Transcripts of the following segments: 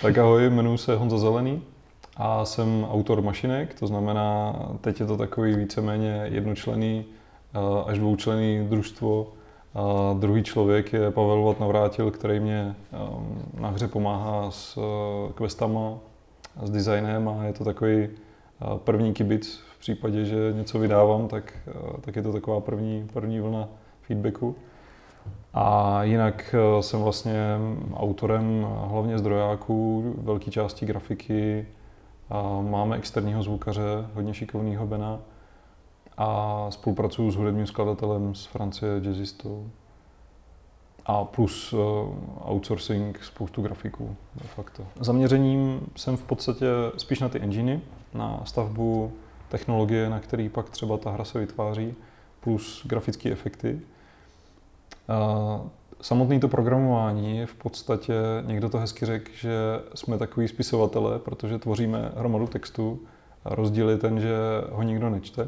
Tak ahoj, jmenuji se Honza Zelený a jsem autor mašinek, to znamená, teď je to takový víceméně jednočlenný až dvoučlenný družstvo. Druhý člověk je Pavel Vat Navrátil, který mě na hře pomáhá s questama, s designem a je to takový první kibic v případě, že něco vydávám, tak je to taková první vlna feedbacku. A jinak jsem vlastně autorem hlavně zdrojáků, velké části grafiky, a máme externího zvukaře, hodně šikovného Bena a spolupracuju s hudebním skladatelem z Francie, jazzistou. A plus outsourcing spoustu grafiků de facto. Zaměřením jsem v podstatě spíš na ty enginy, na stavbu technologie, na který pak třeba ta hra se vytváří, plus grafické efekty. Samotné to programování je v podstatě, někdo to hezky řekl, že jsme takový spisovatelé, protože tvoříme hromadu textu. Rozdíl je ten, že ho nikdo nečte,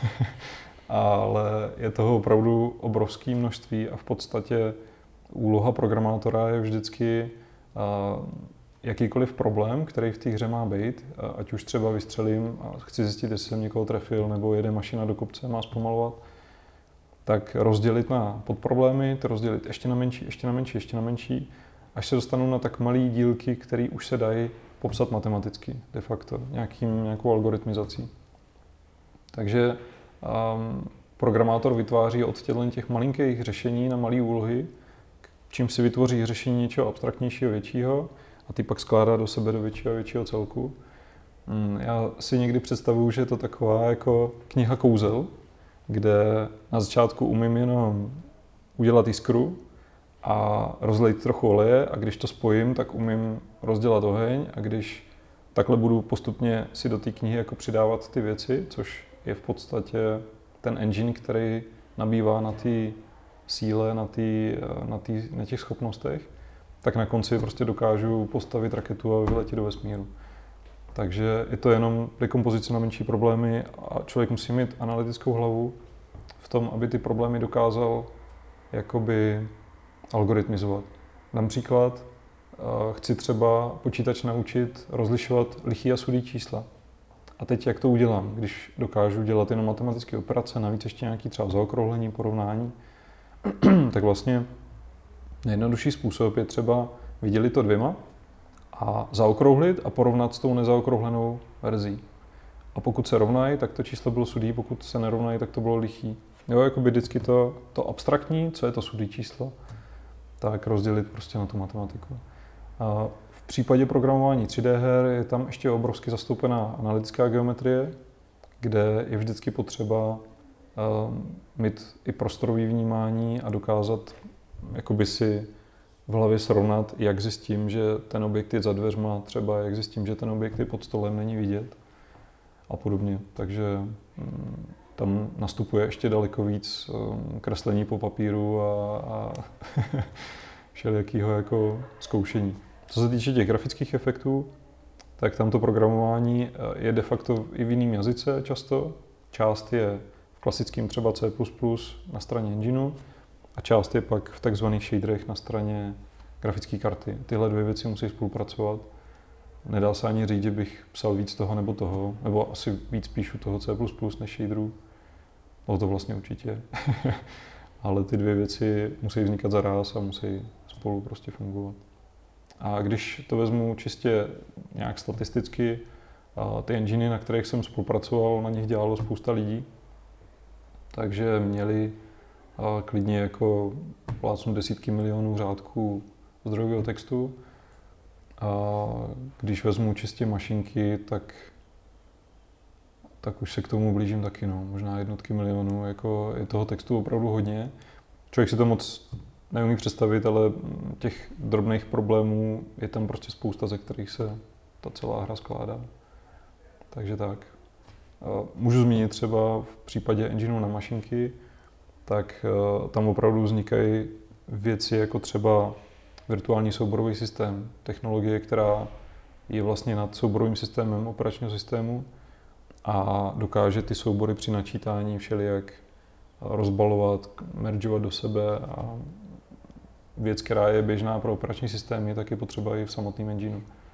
ale je toho opravdu obrovské množství a v podstatě úloha programátora je vždycky jakýkoliv problém, který v té hře má být, ať už třeba vystřelím a chci zjistit, jestli jsem někoho trefil, nebo jede mašina do kopce, má zpomalovat, tak rozdělit na podproblémy, to rozdělit ještě na menší, ještě na menší, ještě na menší, až se dostanu na tak malé dílky, které už se dají popsat matematicky, de facto, nějakou algoritmizací. Takže programátor vytváří od těch malinkých řešení na malé úlohy, čím si vytvoří řešení něčeho abstraktnějšího, většího a ty pak skládá do sebe do většího a většího celku. Já si někdy představuju, že je to taková jako kniha kouzel, kde na začátku umím jenom udělat jiskru a rozlejt trochu oleje a když to spojím, tak umím rozdělat oheň a když takhle budu postupně si do té knihy jako přidávat ty věci, což je v podstatě ten engine, který nabývá na té síle, na těch schopnostech, tak na konci prostě dokážu postavit raketu a vyletět do vesmíru. Takže je to jenom dekompozice na menší problémy a člověk musí mít analytickou hlavu v tom, aby ty problémy dokázal jakoby algoritmizovat. Dám příklad, chci třeba počítač naučit rozlišovat lichý a sudý čísla. A teď jak to udělám, když dokážu dělat jenom matematické operace, navíc ještě nějaký třeba zaokrouhlení, porovnání, tak vlastně nejjednodušší způsob je třeba vydělit to dvěma a zaokrouhlit a porovnat s tou nezaokrouhlenou verzí. A pokud se rovnají, tak to číslo bylo sudý, pokud se nerovnají, tak to bylo lichý. Jo, jakoby vždycky to abstraktní, co je to sudý číslo, tak rozdělit prostě na tu matematiku. A v případě programování 3D her je tam ještě obrovsky zastoupená analytická geometrie, kde je vždycky potřeba mít i prostorové vnímání a dokázat jakoby si v hlavě srovnat, jak zjistím, že ten objekt je za dveřma, třeba jak zjistím, že ten objekt je pod stolem, není vidět a podobně. Takže tam nastupuje ještě daleko víc kreslení po papíru a všelijakého jako zkoušení. Co se týče těch grafických efektů, tak tam to programování je de facto i v jiném jazyce často. Část je v klasickém třeba C++ na straně engineu a část je pak v takzvaných shaderech na straně grafické karty. Tyhle dvě věci musí spolupracovat. Nedá se ani říct, že bych psal víc toho, nebo asi víc píšu toho C++ než shaderů. No to vlastně určitě. Ale ty dvě věci musí vznikat zaráz a musí spolu prostě fungovat. A když to vezmu čistě nějak statisticky, ty enginy, na kterých jsem spolupracoval, na nich dělalo spousta lidí, takže měli klidně jako plácnu desítky milionů řádků zdrojového textu. A když vezmu čistě mašinky, tak už se k tomu blížím taky, no. Možná jednotky milionů, jako je toho textu opravdu hodně. Člověk si to moc neumí představit, ale těch drobných problémů je tam prostě spousta, ze kterých se ta celá hra skládá. Takže tak. Můžu zmínit třeba v případě engineu na mašinky, tak tam opravdu vznikají věci jako třeba virtuální souborový systém, technologie, která je vlastně nad souborovým systémem operačního systému a dokáže ty soubory při načítání všelijak rozbalovat, mergeovat do sebe a věc, která je běžná pro operační systém, je taky potřeba i v samotném engineu.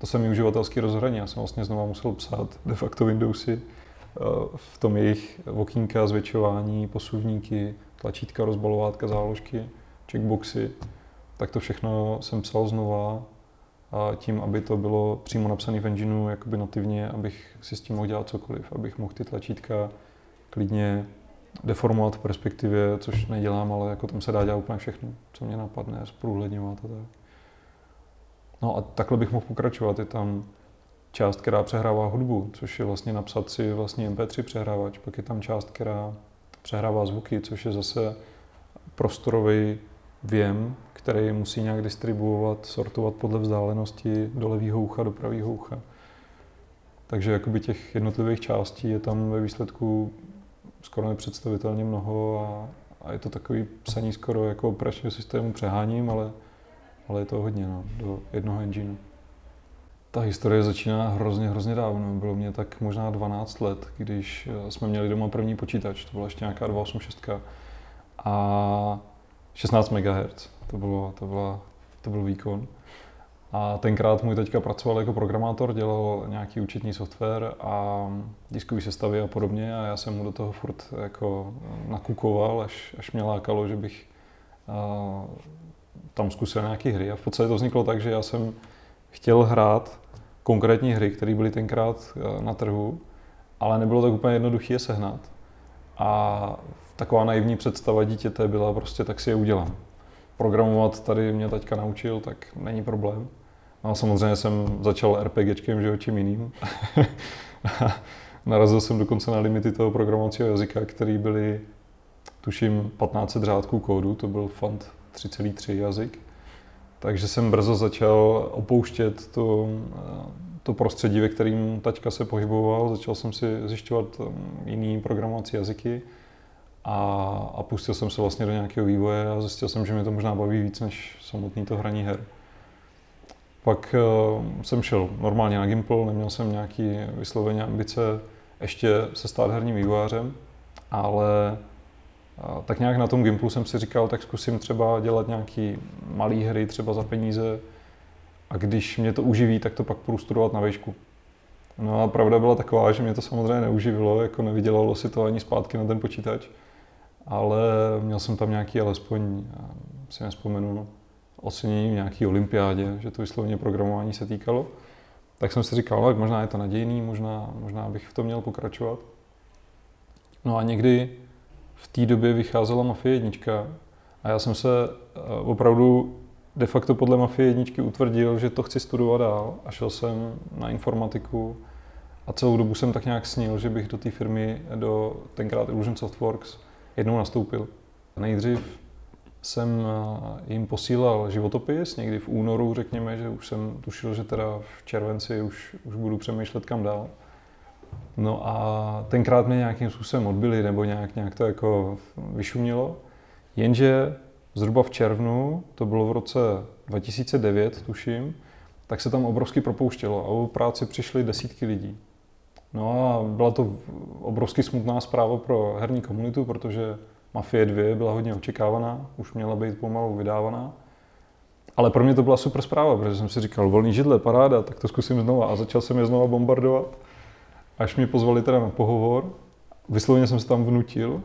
to samý uživatelský rozhraní. Já jsem vlastně znova musel psát de facto Windowsy v tom jejich okýnka, zvětšování, posuvníky, tlačítka, rozbalovátka, záložky, checkboxy. Tak to všechno jsem psal znova a tím, aby to bylo přímo napsané v engineu jakoby nativně, abych si s tím mohl dělat cokoliv, abych mohl ty tlačítka klidně deformovat v perspektivě, což nedělám, ale jako tam se dá dělat úplně všechno, co mě napadne, zprůhledňovat a tak. No a takhle bych mohl pokračovat. Je tam část, která přehrává hudbu, což je vlastně napsat si vlastně MP3 přehrávač. Pak je tam část, která přehrává zvuky, což je zase prostorový věm, který musí nějak distribuovat, sortovat podle vzdálenosti do levého ucha, do pravého ucha. Takže jakoby těch jednotlivých částí je tam ve výsledku skoro nepředstavitelně mnoho a je to takový psaní skoro jako operačního systému přeháním, ale je to hodně do jednoho engineu. Ta historie začíná hrozně dávno. Bylo mě tak možná 12 let, když jsme měli doma první počítač. To byla ještě nějaká 286 a 16 MHz. To byl výkon. A tenkrát můj teďka pracoval jako programátor, dělal nějaký účetní software a diskový sestavy a podobně a já jsem mu do toho furt jako nakukoval, až mě lákalo, že bych tam zkusil nějaké hry. A v podstatě to vzniklo tak, že já jsem chtěl hrát konkrétní hry, které byly tenkrát na trhu, ale nebylo tak úplně jednoduché je sehnat. A taková naivní představa dítěte byla prostě, tak si je udělám. Programovat tady mě taťka naučil, tak není problém. No a samozřejmě jsem začal RPGčkem, že čím jiným. Narazil jsem dokonce na limity toho programovacího jazyka, který byly, tuším, 1500 řádků kódu, to byl Font 3.3 jazyk. Takže jsem brzo začal opouštět to prostředí, ve kterém taťka se pohyboval. Začal jsem si zjišťovat jiný programovací jazyky a pustil jsem se vlastně do nějakého vývoje a zjistil jsem, že mě to možná baví víc než samotný to hraní her. Pak jsem šel normálně na Gimple, neměl jsem nějaký vysloveně ambice ještě se stát herním vývojářem, ale tak nějak na tom Gimplu jsem si říkal, tak zkusím třeba dělat nějaký malý hry třeba za peníze a když mě to uživí, tak to pak půjdu studovat na výšku. No a pravda byla taková, že mě to samozřejmě neuživilo, jako nevydělalo si to ani zpátky na ten počítač, ale měl jsem tam nějaký alespoň, si nevzpomenu, ocenění v nějaký olympiádě, že to vysloveně programování se týkalo. Tak jsem si říkal, tak možná je to nadějný, možná bych v tom měl pokračovat. No a někdy v té době vycházela Mafie 1 a já jsem se opravdu de facto podle Mafie 1 utvrdil, že to chci studovat dál a šel jsem na informatiku a celou dobu jsem tak nějak snil, že bych do té firmy, do tenkrát Illusion Softworks, jednou nastoupil. Nejdřív jsem jim posílal životopis, někdy v únoru řekněme, že už jsem tušil, že teda v červenci už budu přemýšlet kam dál. No a tenkrát mě nějakým způsobem odbyli, nebo nějak to jako vyšumělo. Jenže zhruba v červnu, to bylo v roce 2009, tuším, tak se tam obrovsky propouštělo a o práci přišly desítky lidí. No a byla to obrovsky smutná zpráva pro herní komunitu, protože Mafie 2 byla hodně očekávaná, už měla být pomalu vydávaná. Ale pro mě to byla super zpráva, protože jsem si říkal, volný židle, paráda, tak to zkusím znova a začal jsem je znova bombardovat. Až mě pozvali teda na pohovor, vysloveně jsem se tam vnutil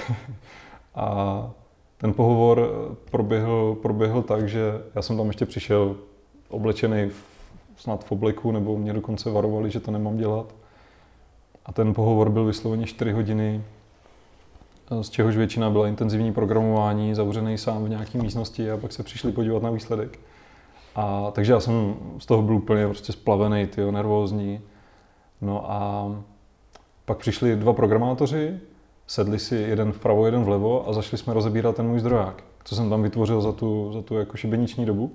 a ten pohovor proběhl tak, že já jsem tam ještě přišel oblečený snad v obleku, nebo mě dokonce varovali, že to nemám dělat. A ten pohovor byl vysloveně 4 hodiny, z čehož většina byla intenzivní programování, zavřený sám v nějaké místnosti a pak se přišli podívat na výsledek. A takže já jsem z toho byl úplně prostě splavený, nervózní. No a pak přišli 2 programátoři, sedli si jeden vpravo, jeden vlevo a zašli jsme rozebírat ten můj zdroják, co jsem tam vytvořil za tu jako šibeniční dobu.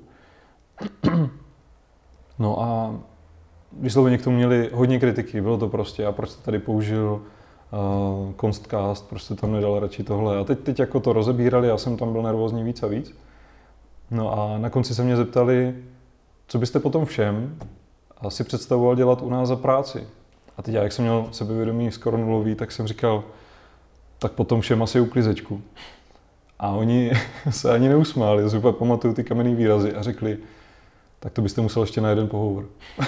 No a vysloveně k tomu měli hodně kritiky, bylo to prostě, a proč jste tady použil Constcast, prostě tam nedal radši tohle. A teď jako to rozebírali, já jsem tam byl nervózní víc a víc. No a na konci se mě zeptali, co byste potom všem si představoval dělat u nás za práci. A teď já, jak jsem měl sebevědomí skoro nulový, tak jsem říkal, tak potom všem asi uklizečku. A oni se ani neusmáli, zhruba pamatuju ty kamenný výrazy a řekli, tak to byste musel ještě na jeden pohovor.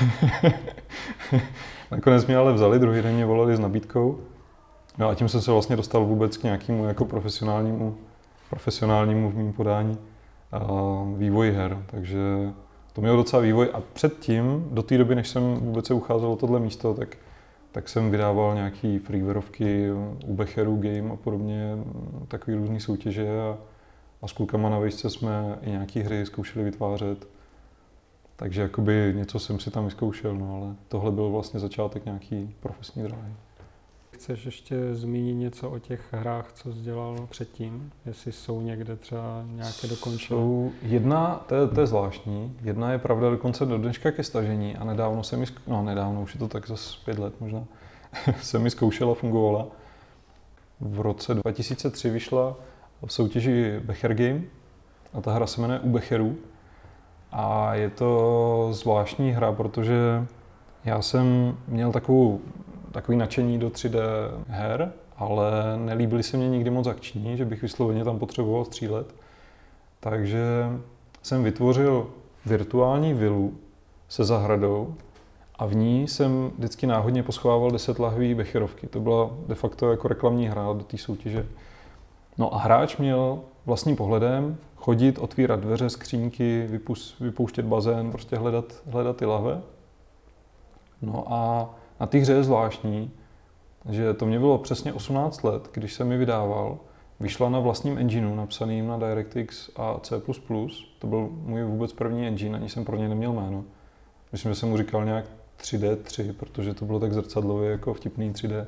Nakonec mě ale vzali, druhý den mě volali s nabídkou. No a tím jsem se vlastně dostal vůbec k nějakému jako profesionálnímu v mým podání vývoji her. Takže to mělo docela vývoj a předtím, do té doby, než jsem vůbec se ucházel o tohle místo, tak jsem vydával nějaký freewareovky u Becheru Game a podobně, takový různý soutěže a s klukama na vejšce jsme i nějaký hry zkoušeli vytvářet. Takže jakoby něco jsem si tam vyzkoušel, no ale tohle byl vlastně začátek nějaký profesní dráhy. Chceš ještě zmínit něco o těch hrách, co jsi dělal předtím? Jestli jsou někde třeba nějaké dokončené? Jedna, to je zvláštní, jedna je pravda dokonce do dneška ke stažení a nedávno se mi, nedávno, už je to tak zase 5 let možná, se mi zkoušela, fungovala. V roce 2003 vyšla v soutěži Becher Game a ta hra se jmenuje U Becherů. A je to zvláštní hra, protože já jsem měl takový nadšení do 3D her, ale nelíbily se mě nikdy moc akční, že bych vysloveně tam potřeboval střílet. Takže jsem vytvořil virtuální vilu se zahradou a v ní jsem vždycky náhodně poschovával 10 lahví becherovky. To byla de facto jako reklamní hra do té soutěže. No a hráč měl vlastním pohledem chodit, otvírat dveře, skříňky, vypouštět bazén, prostě hledat ty lahve. No a na té hře je zvláštní, že to mě bylo přesně 18 let, když jsem ji vydával. Vyšla na vlastním engineu, napsaným na DirectX a C++. To byl můj vůbec první engine, ani jsem pro něj neměl jméno. Myslím, že jsem mu říkal nějak 3D3, protože to bylo tak zrcadlově jako vtipný 3D.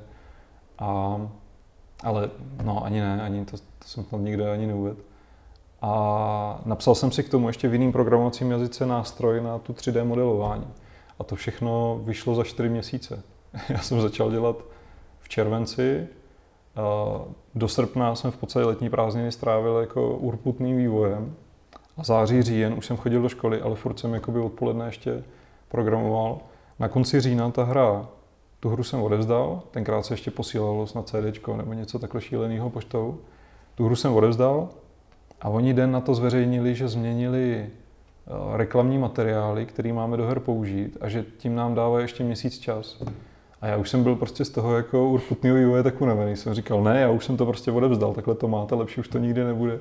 Ale no ani to jsem tam nikde ani neuvedl. A napsal jsem si k tomu ještě v jiným programovacím jazyce nástroj na tu 3D modelování. A to všechno vyšlo za 4 měsíce. Já jsem začal dělat v červenci. Do srpna jsem v podstatě letní prázdniny strávil jako urputným vývojem. A září, říjen už jsem chodil do školy, ale furt jsem jakoby odpoledne ještě programoval. Na konci října tu hru jsem odevzdal, tenkrát se ještě posílalo na CDčko nebo něco takhle šíleného poštou. Tu hru jsem odevzdal a oni den na to zveřejnili, že změnili reklamní materiály, které máme do her použít a že tím nám dává ještě měsíc čas. A já už jsem byl prostě z toho jako urputného vývoje tak unavený. Jsem říkal, ne, já už jsem to prostě odevzdal, takhle to máte, lepší už to nikdy nebude.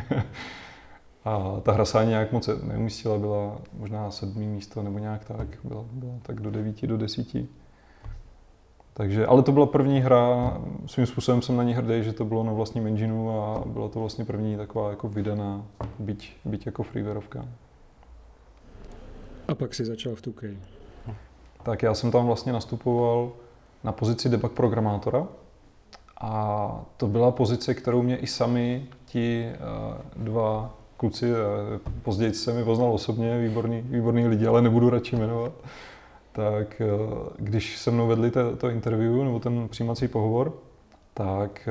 A ta hra se ani nějak moc neumístila, byla možná 7. místo nebo nějak tak, byla tak do 9, do 10. Takže, ale to byla první hra, svým způsobem jsem na ní hrdý, že to bylo na vlastním engineu a byla to vlastně první taková jako vydaná, byť jako freewareovka. A pak si začal v 2K. Tak já jsem tam vlastně nastupoval na pozici debug programátora a to byla pozice, kterou mě i sami ti dva kluci, později jsem je poznal osobně, výborný lidi, ale nebudu radši jmenovat. Tak když se mnou vedli to interview nebo ten přijímací pohovor, tak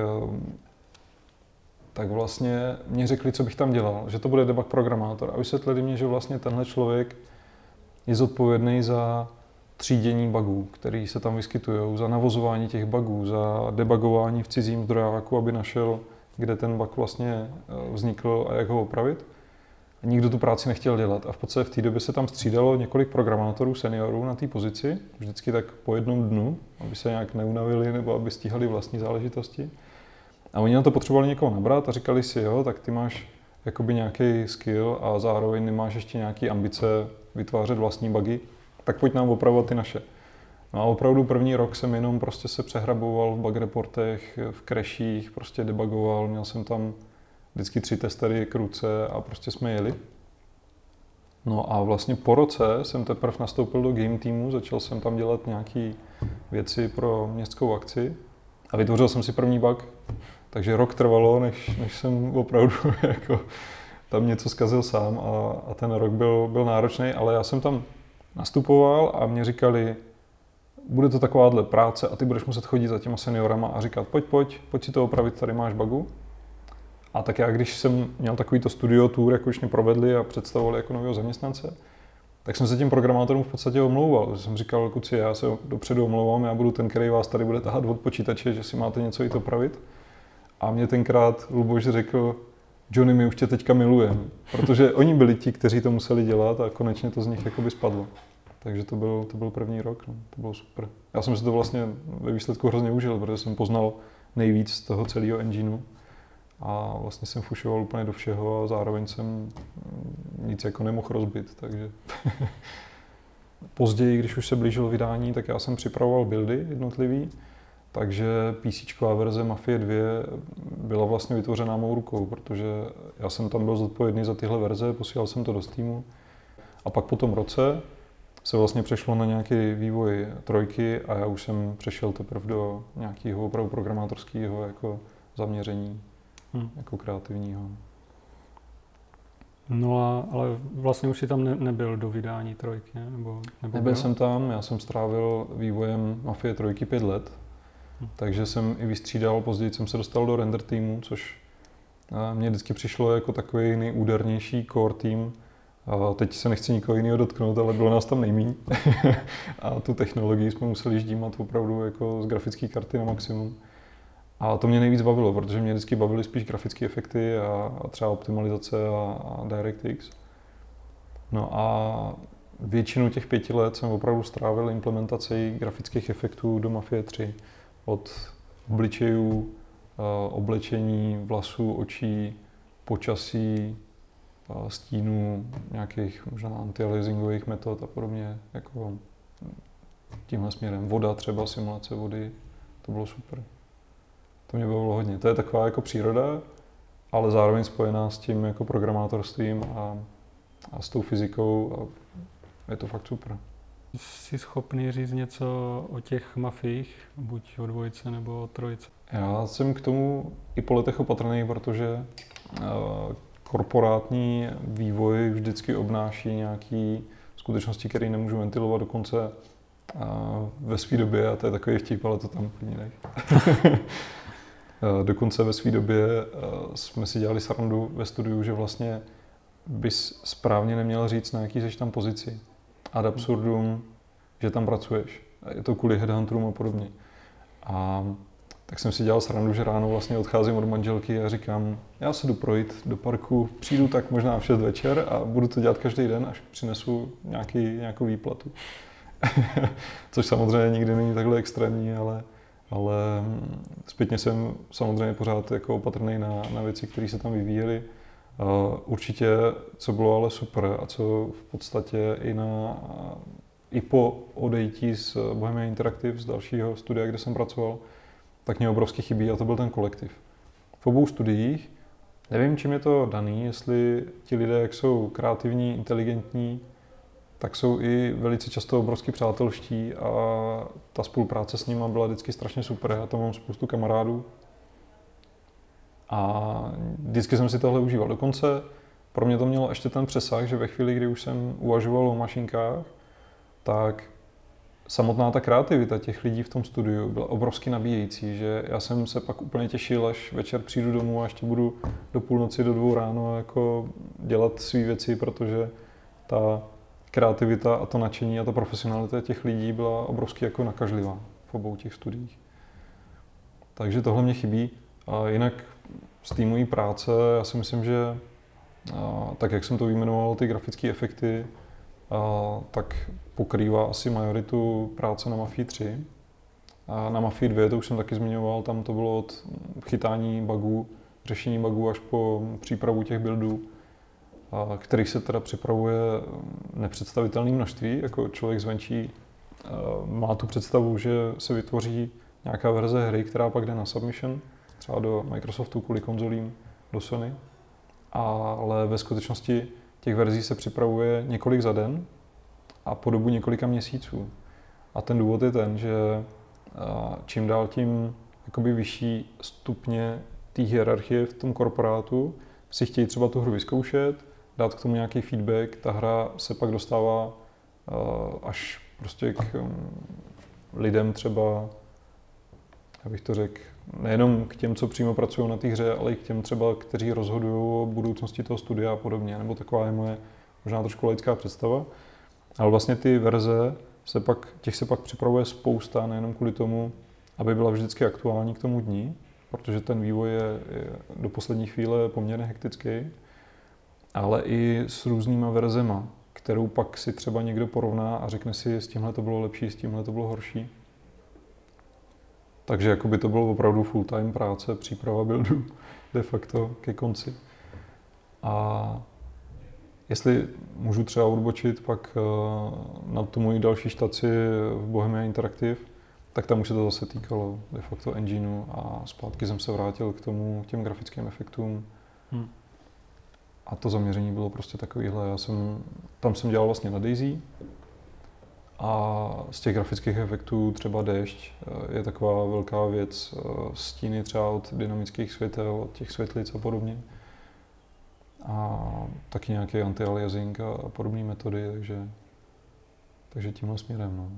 vlastně mě řekli, co bych tam dělal, že to bude debug programátor a vysvětlili mě, že vlastně tenhle člověk je zodpovědný za třídění bugů, které se tam vyskytují, za navozování těch bugů, za debugování v cizím zdrojáku, aby našel, kde ten bug vlastně vznikl a jak ho opravit. A nikdo tu práci nechtěl dělat a v podstatě v té době se tam střídalo několik programátorů, seniorů na té pozici, vždycky tak po jednom dnu, aby se nějak neunavili nebo aby stíhali vlastní záležitosti. A oni na to potřebovali někoho nabrat a říkali si, jo, tak ty máš jakoby nějaký skill a zároveň nemáš ještě nějaký ambice vytvářet vlastní bugy, tak pojď nám opravovat ty naše. No a opravdu první rok jsem jenom prostě se přehraboval v bug reportech, v crashích, prostě debugoval, měl jsem tam vždycky 3 testery k ruce a prostě jsme jeli. No a vlastně po roce jsem teprve nastoupil do game teamu, začal jsem tam dělat nějaké věci pro městskou akci a vytvořil jsem si první bug. Takže rok trvalo, než jsem opravdu jako tam něco zkazil sám a ten rok byl náročný, ale já jsem tam nastupoval a mě říkali, bude to takováhle práce a ty budeš muset chodit za těma seniorama a říkat, pojď si to opravit, tady máš bugu. A tak já, když jsem měl takovýto studio tour, jako už mě provedli a představovali jako nového zaměstnance, tak jsem se tím programátorům v podstatě omlouval. Jsem říkal, kluci, já se dopředu omlouvám, já budu ten, který vás tady bude tahat od počítače, že si máte něco jít opravit. A mě tenkrát Luboš řekl, Johnny, my už tě teďka milujeme, protože oni byli ti, kteří to museli dělat a konečně to z nich jakoby spadlo. Takže to byl první rok, no. To bylo super. Já jsem si to vlastně ve výsledku hrozně užil, protože jsem poznal nejvíc z toho celého engineu a vlastně jsem fušoval úplně do všeho a zároveň jsem nic jako nemohl rozbit, takže později, když už se blížilo vydání, tak já jsem připravoval buildy jednotlivý, takže PCčková verze Mafie 2 byla vlastně vytvořená mou rukou, protože já jsem tam byl zodpovědný za tyhle verze, posílal jsem to do Steamu a pak po tom roce se vlastně přešlo na nějaký vývoj trojky a já už jsem přešel teprve do nějakého opravdu programátorského jako zaměření, jako kreativního. No ale vlastně už si tam nebyl do vydání trojky, ne? Nebyl jsem tam, já jsem strávil vývojem Mafie 3 5 let, takže jsem i vystřídal, později jsem se dostal do render týmu, což mně vždycky přišlo jako takový nejúdernější core tým. A teď se nechci nikoho jiného dotknout, ale bylo nás tam nejméně. A tu technologii jsme museli ždímat opravdu jako z grafické karty na maximum. A to mě nejvíc bavilo, protože mě vždycky bavily spíš grafické efekty a třeba optimalizace a DirectX. No a většinu těch 5 let jsem opravdu strávil implementací grafických efektů do Mafie 3. Od obličejů, oblečení, vlasů, očí, počasí, stínů, nějakých možná anti-aliasingových metod a podobně, jako tímhle směrem. Voda třeba, simulace vody, to bylo super. To mě bavilo hodně. To je taková jako příroda, ale zároveň spojená s tím jako programátorstvím a s tou fyzikou a je to fakt super. Jsi schopný říct něco o těch mafiích, buď o 2 nebo o 3? Já jsem k tomu i po letech opatrný, protože korporátní vývoj vždycky obnáší nějaké skutečnosti, které nemůžu ventilovat dokonce ve své době, a to je takový vtip, ale to tam klidně nech. Dokonce ve své době jsme si dělali srandu ve studiu, že vlastně bys správně neměl říct, na jaký seš tam pozici. Ad absurdum, že tam pracuješ. Je to kvůli headhunterům a podobně. A tak jsem si dělal srandu, že ráno vlastně odcházím od manželky a říkám, já se jdu projít do parku, přijdu tak možná v 6 večer a budu to dělat každý den, až přinesu nějakou výplatu. Což samozřejmě nikdy není takhle extrémní, ale zpětně jsem samozřejmě pořád jako opatrný na věci, které se tam vyvíjely. Určitě, co bylo ale super a co v podstatě i po odejítí z Bohemia Interactive, z dalšího studia, kde jsem pracoval, tak mě obrovsky chybí a to byl ten kolektiv. V obou studiích, nevím, čím je to daný, jestli ti lidé, jak jsou kreativní, inteligentní, tak jsou i velice často obrovsky přátelští a ta spolupráce s nimi byla vždycky strašně super. Já tam mám spoustu kamarádů a vždycky jsem si tohle užíval. Dokonce pro mě to mělo ještě ten přesah, že ve chvíli, kdy už jsem uvažoval o mašinkách, tak samotná ta kreativita těch lidí v tom studiu byla obrovsky nabíjející, že já jsem se pak úplně těšil, až večer přijdu domů a ještě budu do půlnoci, do 2 ráno jako dělat své věci, protože ta kreativita a to nadšení a ta profesionalita těch lidí byla obrovsky jako nakažlivá v obou těch studiích. Takže tohle mě chybí. A jinak z té mojí práce, já si myslím, že tak, jak jsem to vyjmenoval, ty grafické efekty, tak pokrývá asi majoritu práce na Mafii 3. A na Mafii 2, to už jsem taky zmiňoval, tam to bylo od chytání bugů, řešení bugů až po přípravu těch buildů, kterých se teda připravuje nepředstavitelné množství. Jako člověk zvenčí má tu představu, že se vytvoří nějaká verze hry, která pak jde na submission, třeba do Microsoftu kvůli konzolím, do Sony. Ale ve skutečnosti těch verzí se připravuje několik za den a po dobu několika měsíců. A ten důvod je ten, že čím dál tím jakoby vyšší stupně té hierarchie v tom korporátu si chtějí třeba tu hru vyzkoušet, dát k tomu nějaký feedback, ta hra se pak dostává až prostě k lidem třeba, abych to řekl, nejenom k těm, co přímo pracují na té hře, ale i k těm třeba, kteří rozhodují o budoucnosti toho studia a podobně, nebo taková je moje možná trošku laická představa. Ale vlastně ty verze, těch se pak připravuje spousta, nejenom kvůli tomu, aby byla vždycky aktuální k tomu dni, protože ten vývoj je do poslední chvíle poměrně hektický, ale i s různýma verzema, kterou pak si třeba někdo porovná a řekne si, s tímhle to bylo lepší, s tímhle to bylo horší. Takže jakoby to bylo opravdu full-time práce, příprava buildu de facto ke konci. A jestli můžu třeba odbočit pak na tu moji další štaci v Bohemia Interactive, tak tam už se to zase týkalo de facto engineu a zpátky jsem se vrátil k těm grafickým efektům. A to zaměření bylo prostě takovýhle. Tam jsem dělal vlastně na Daisy a z těch grafických efektů třeba déšť je taková velká věc, stíny třeba od dynamických světel, od těch světlic a podobně. A taky nějaký anti-aliasing a podobné metody, takže tímhle směrem. No.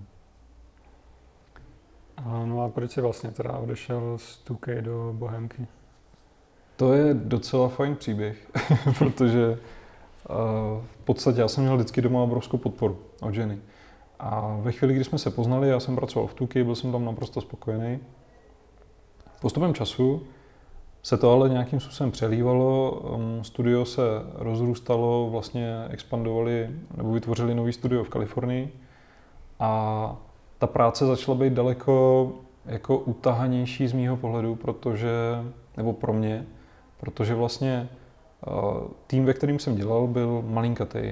No a proč jsi vlastně teda odešel z 2K do Bohemky? To je docela fajn příběh, protože v podstatě já jsem měl vždycky doma obrovskou podporu od ženy. A ve chvíli, kdy jsme se poznali, já jsem pracoval v 2K, byl jsem tam naprosto spokojený. Postupem času se to ale nějakým způsobem přelívalo, studio se rozrůstalo, vlastně expandovali nebo vytvořili nový studio v Kalifornii a ta práce začala být daleko jako utahanější z mýho pohledu, nebo pro mě, protože vlastně tým, ve kterým jsem dělal, byl malinkatý,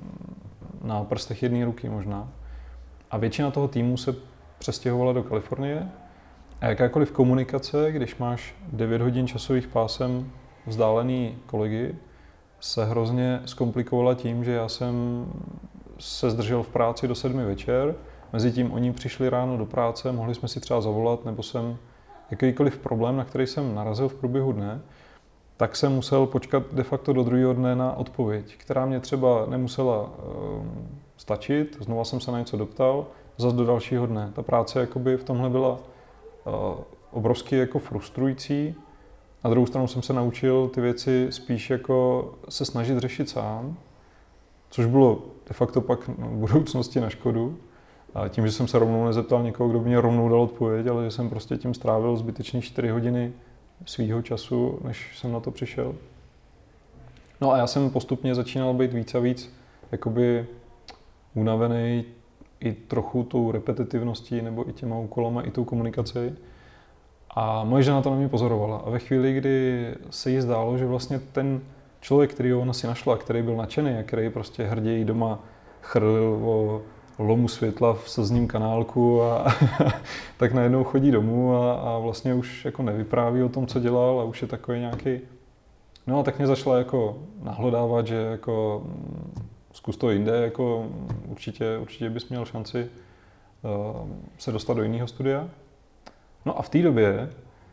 na prstech jedné ruky možná. A většina toho týmu se přestěhovala do Kalifornie a jakákoliv komunikace, když máš 9 hodin časových pásem vzdálený kolegy, se hrozně zkomplikovala tím, že já jsem se zdržel v práci do 7 večer, mezitím oni přišli ráno do práce, mohli jsme si třeba zavolat, nebo jsem jakýkoliv problém, na který jsem narazil v průběhu dne, tak jsem musel počkat de facto do druhého dne na odpověď, která mě třeba nemusela stačit, znova jsem se na něco doptal, zase do dalšího dne. Ta práce jakoby v tomhle byla obrovsky jako frustrující. Na druhou stranu jsem se naučil ty věci spíš jako se snažit řešit sám, což bylo de facto pak v budoucnosti na škodu. A tím, že jsem se rovnou nezeptal někoho, kdo by mě rovnou dal odpověď, ale že jsem prostě tím strávil zbytečně 4 hodiny svýho času, než jsem na to přišel. No a já jsem postupně začínal být víc a víc jakoby unavený i trochu tou repetitivností nebo i těma úkolama, i tou komunikací. A moje žena to na mě pozorovala. A ve chvíli, kdy se jí zdálo, že vlastně ten člověk, který ona si našla, který byl nadšený a který prostě hrději doma chrlil o lomu světla v slzním kanálku tak najednou chodí domů a vlastně už jako nevypráví o tom, co dělal a už je takový nějaký. No a tak mě začala jako nahlodávat, že jako zkus to jinde, jako určitě bys měl šanci se dostat do jiného studia. No a v té době,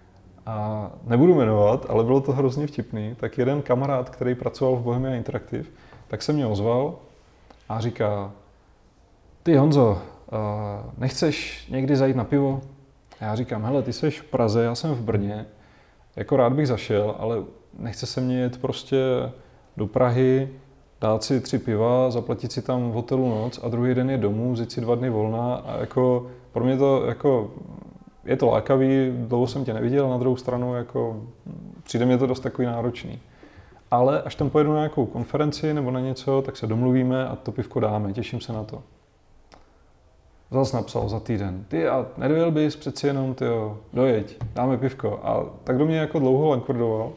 a nebudu jmenovat, ale bylo to hrozně vtipný, tak jeden kamarád, který pracoval v Bohemia Interactive, tak se mě ozval a říká: Ty Honzo, nechceš někdy zajít na pivo? A já říkám: hele, ty jsi v Praze, já jsem v Brně, jako rád bych zašel, ale nechce se mě jet prostě do Prahy, dát si 3 piva, zaplatit si tam v hotelu noc a druhý den je domů, vzít si 2 dny volna a jako pro mě to jako je to lákavý, dlouho jsem tě neviděl, na druhou stranu jako přijde mě to dost takový náročný. Ale až tam pojedu na nějakou konferenci nebo na něco, tak se domluvíme a to pivko dáme, těším se na to. Zas napsal za týden: ty a nedojel bys přeci jenom, tyjo, dojeď, dáme pivko. A tak do mě jako dlouho lankordoval,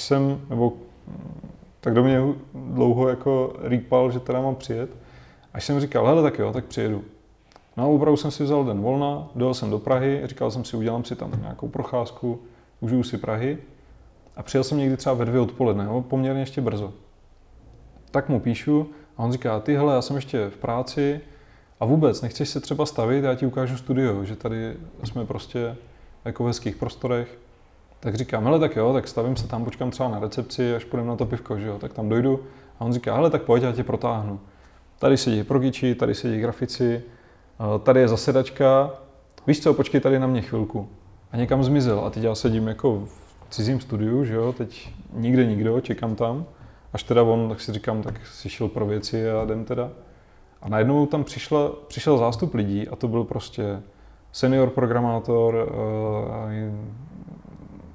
tak do mě dlouho jako rýpal, že teda mám přijet. Až jsem říkal: hele, tak jo, tak přijedu. No a opravdu jsem si vzal den volna, dojel jsem do Prahy, říkal jsem si, udělám si tam nějakou procházku, užiju si Prahy. A přijel jsem někdy třeba ve 2 odpoledne, poměrně ještě brzo. Tak mu píšu a on říká: ty hele, já jsem ještě v práci a vůbec nechceš se třeba stavit, já ti ukážu studio, že tady jsme prostě jako v hezkých prostorech. Tak říkám: hele, tak jo, tak stavím se tam, počkám třeba na recepci, až půjdem na to pivko, že jo, tak tam dojdu. A on říká: hele, tak pojď, já tě protáhnu. Tady sedí progiči, tady sedí grafici, tady je zasedačka, víš co, počkej tady na mě chvilku. A někam zmizel a teď já sedím jako v cizím studiu, že jo, teď nikde nikdo, čekám tam. Až teda on, tak si říkám, tak si šel pro věci a jdem teda. A najednou tam přišel zástup lidí a to byl prostě senior programátor,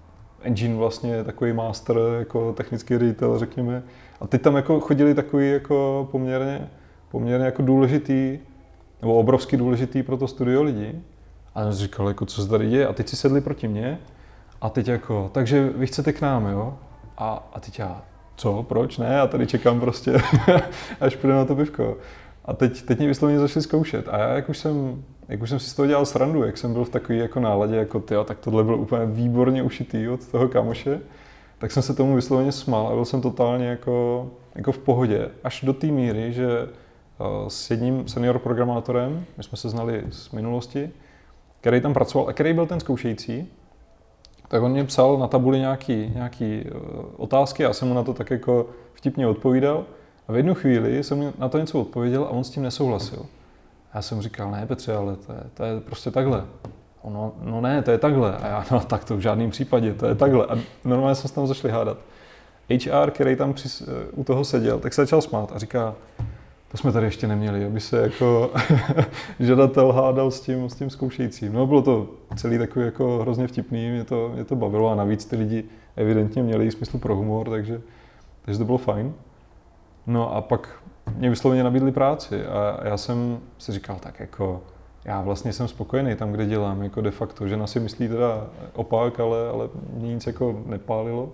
engine vlastně takový master, jako technický ředitel, řekněme. A teď tam jako chodili takový jako poměrně jako důležitý, nebo obrovsky důležitý pro to studio lidi. A já jsem říkal, jako, co se tady děje? A teď si sedli proti mně a teď jako, takže vy chcete k nám, jo? A teď já, co, proč, ne? Já tady čekám prostě, až půjde na to pivko. A teď mě vysloveně začali zkoušet. A já, jak už jsem si z toho dělal srandu, jak jsem byl v takové jako náladě, jako tyjo, tak tohle bylo úplně výborně ušitý od toho kámoše, tak jsem se tomu vysloveně smál a byl jsem totálně jako v pohodě. Až do té míry, že s jedním senior programátorem, my jsme se znali z minulosti, který tam pracoval a který byl ten zkoušející, tak on mě psal na tabuli nějaký otázky a já jsem mu na to tak jako vtipně odpovídal. A v jednu chvíli jsem na to něco odpověděl a on s tím nesouhlasil. Já jsem říkal, ne Petře, ale to je prostě takhle. No ne, to je takhle. A já, no tak to v žádném případě, to je takhle. A normálně jsme se tam začali hádat. HR, který tam u toho seděl, tak se začal smát a říká, to jsme tady ještě neměli, aby se jako žadatel hádal s tím zkoušejícím. No bylo to celý takový jako hrozně vtipný, mě to bavilo a navíc ty lidi evidentně měli smysl pro humor, takže to bylo fajn. No a pak mě vysloveně nabídli práci a já jsem si říkal, tak jako já vlastně jsem spokojený tam, kde dělám, jako de facto. Žena si myslí teda opak, ale mě nic jako nepálilo.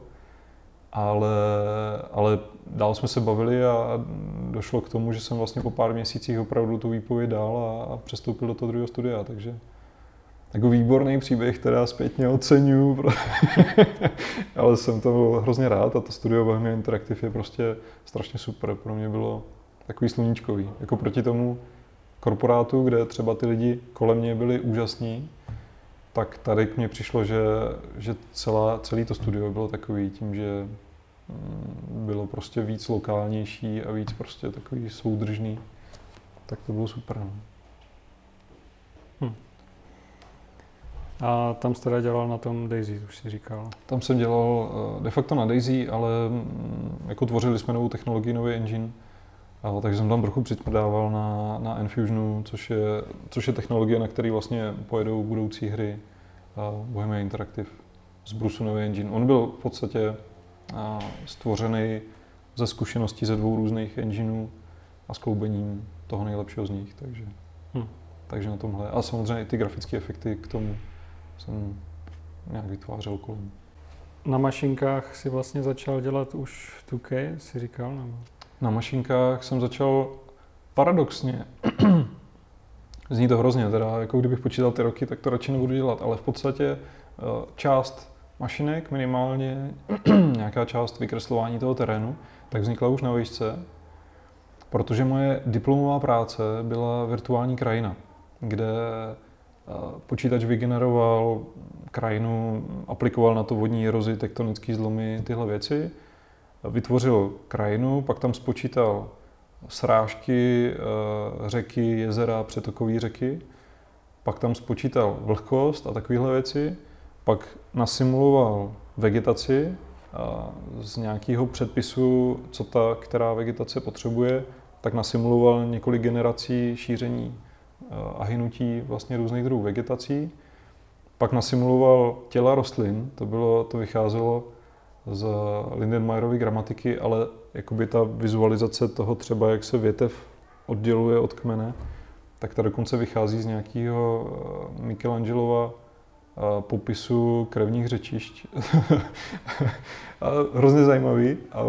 Ale dál jsme se bavili a došlo k tomu, že jsem vlastně po pár měsících opravdu tu výpověď dal a přestoupil do toho druhého studia, takže jako výborný příběh, teda zpětně oceňuju, ale jsem to byl hrozně rád a to studio Bohemia Interactive je prostě strašně super, pro mě bylo takový sluníčkový, jako proti tomu korporátu, kde třeba ty lidi kolem mě byli úžasní, tak tady k mně přišlo, že celé to studio bylo takový tím, že bylo prostě víc lokálnější a víc prostě takový soudržný, tak to bylo super. No. A tam jste teda dělal na tom Daisy, už jsi říkal. Tam jsem dělal de facto na Daisy, ale jako tvořili jsme novou technologii, nový engine, takže jsem tam trochu přidával na Enfusionu, což je technologie, na který vlastně pojedou budoucí hry Bohemia Interactive z Brusu nový engine. On byl v podstatě stvořený ze zkušeností ze 2 různých engineů a skloubením toho nejlepšího z nich, takže na tomhle. A samozřejmě i ty grafické efekty k tomu jsem nějak vytvářel kolem. Na mašinkách si vlastně začal dělat už v 2K, si říkal? Nebo? Na mašinkách jsem začal paradoxně. Zní to hrozně, teda jako kdybych počítal ty roky, tak to radši nebudu dělat, ale v podstatě část mašinek, minimálně nějaká část vykreslování toho terénu, tak vznikla už na výšce, protože moje diplomová práce byla virtuální krajina, kde počítač vygeneroval krajinu, aplikoval na to vodní erozi, tektonické zlomy, tyhle věci, vytvořil krajinu, pak tam spočítal srážky, řeky, jezera, přetokové řeky, pak tam spočítal vlhkost a takovéhle věci, pak nasimuloval vegetaci z nějakého předpisu, co ta která vegetace potřebuje, tak nasimuloval několik generací šíření a hynutí vlastně různých druhů vegetací. Pak nasimuloval těla rostlin, to vycházelo z Lindenmayerovy gramatiky, ale jakoby ta vizualizace toho třeba, jak se větev odděluje od kmene, tak ta dokonce vychází z nějakého Michelangelova popisu krevních řečišť. A hrozně zajímavý. A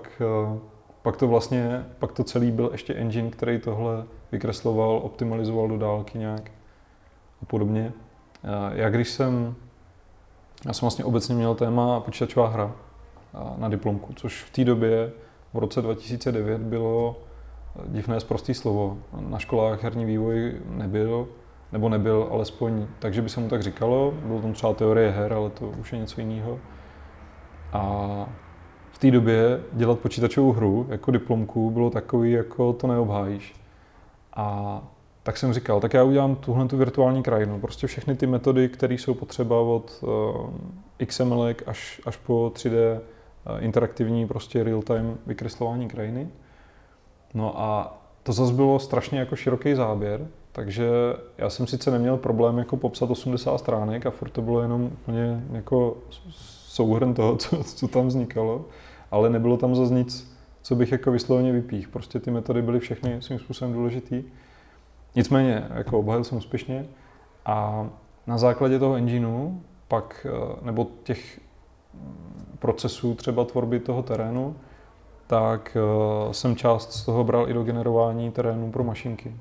pak to celý byl ještě engine, který tohle vykresloval, optimalizoval do dálky nějak a podobně. Já jsem vlastně obecně měl téma počítačová hra na diplomku, což v té době, v roce 2009, bylo divné sprostý slovo. Na školách herní vývoj nebyl alespoň tak, že by se mu tak říkalo. Bylo tam třeba teorie her, ale to už je něco jiného. A v té době dělat počítačovou hru jako diplomku bylo takový, jako to neobhájíš. A tak jsem říkal, tak já udělám tu virtuální krajinu. Prostě všechny ty metody, které jsou potřeba od XML až po 3D interaktivní, prostě real-time vykreslování krajiny. No a to zase bylo strašně jako široký záběr, takže já jsem sice neměl problém jako popsat 80 stránek a furt to bylo jenom úplně jako souhrn toho, co tam vznikalo, ale nebylo tam zase nic, co bych jako vysloveně vypích. Prostě ty metody byly všechny svým způsobem důležitý. Nicméně, jako obhájil jsem úspěšně a na základě toho engineu pak, nebo těch procesů třeba tvorby toho terénu, tak jsem část z toho bral i do generování terénu pro mašinky.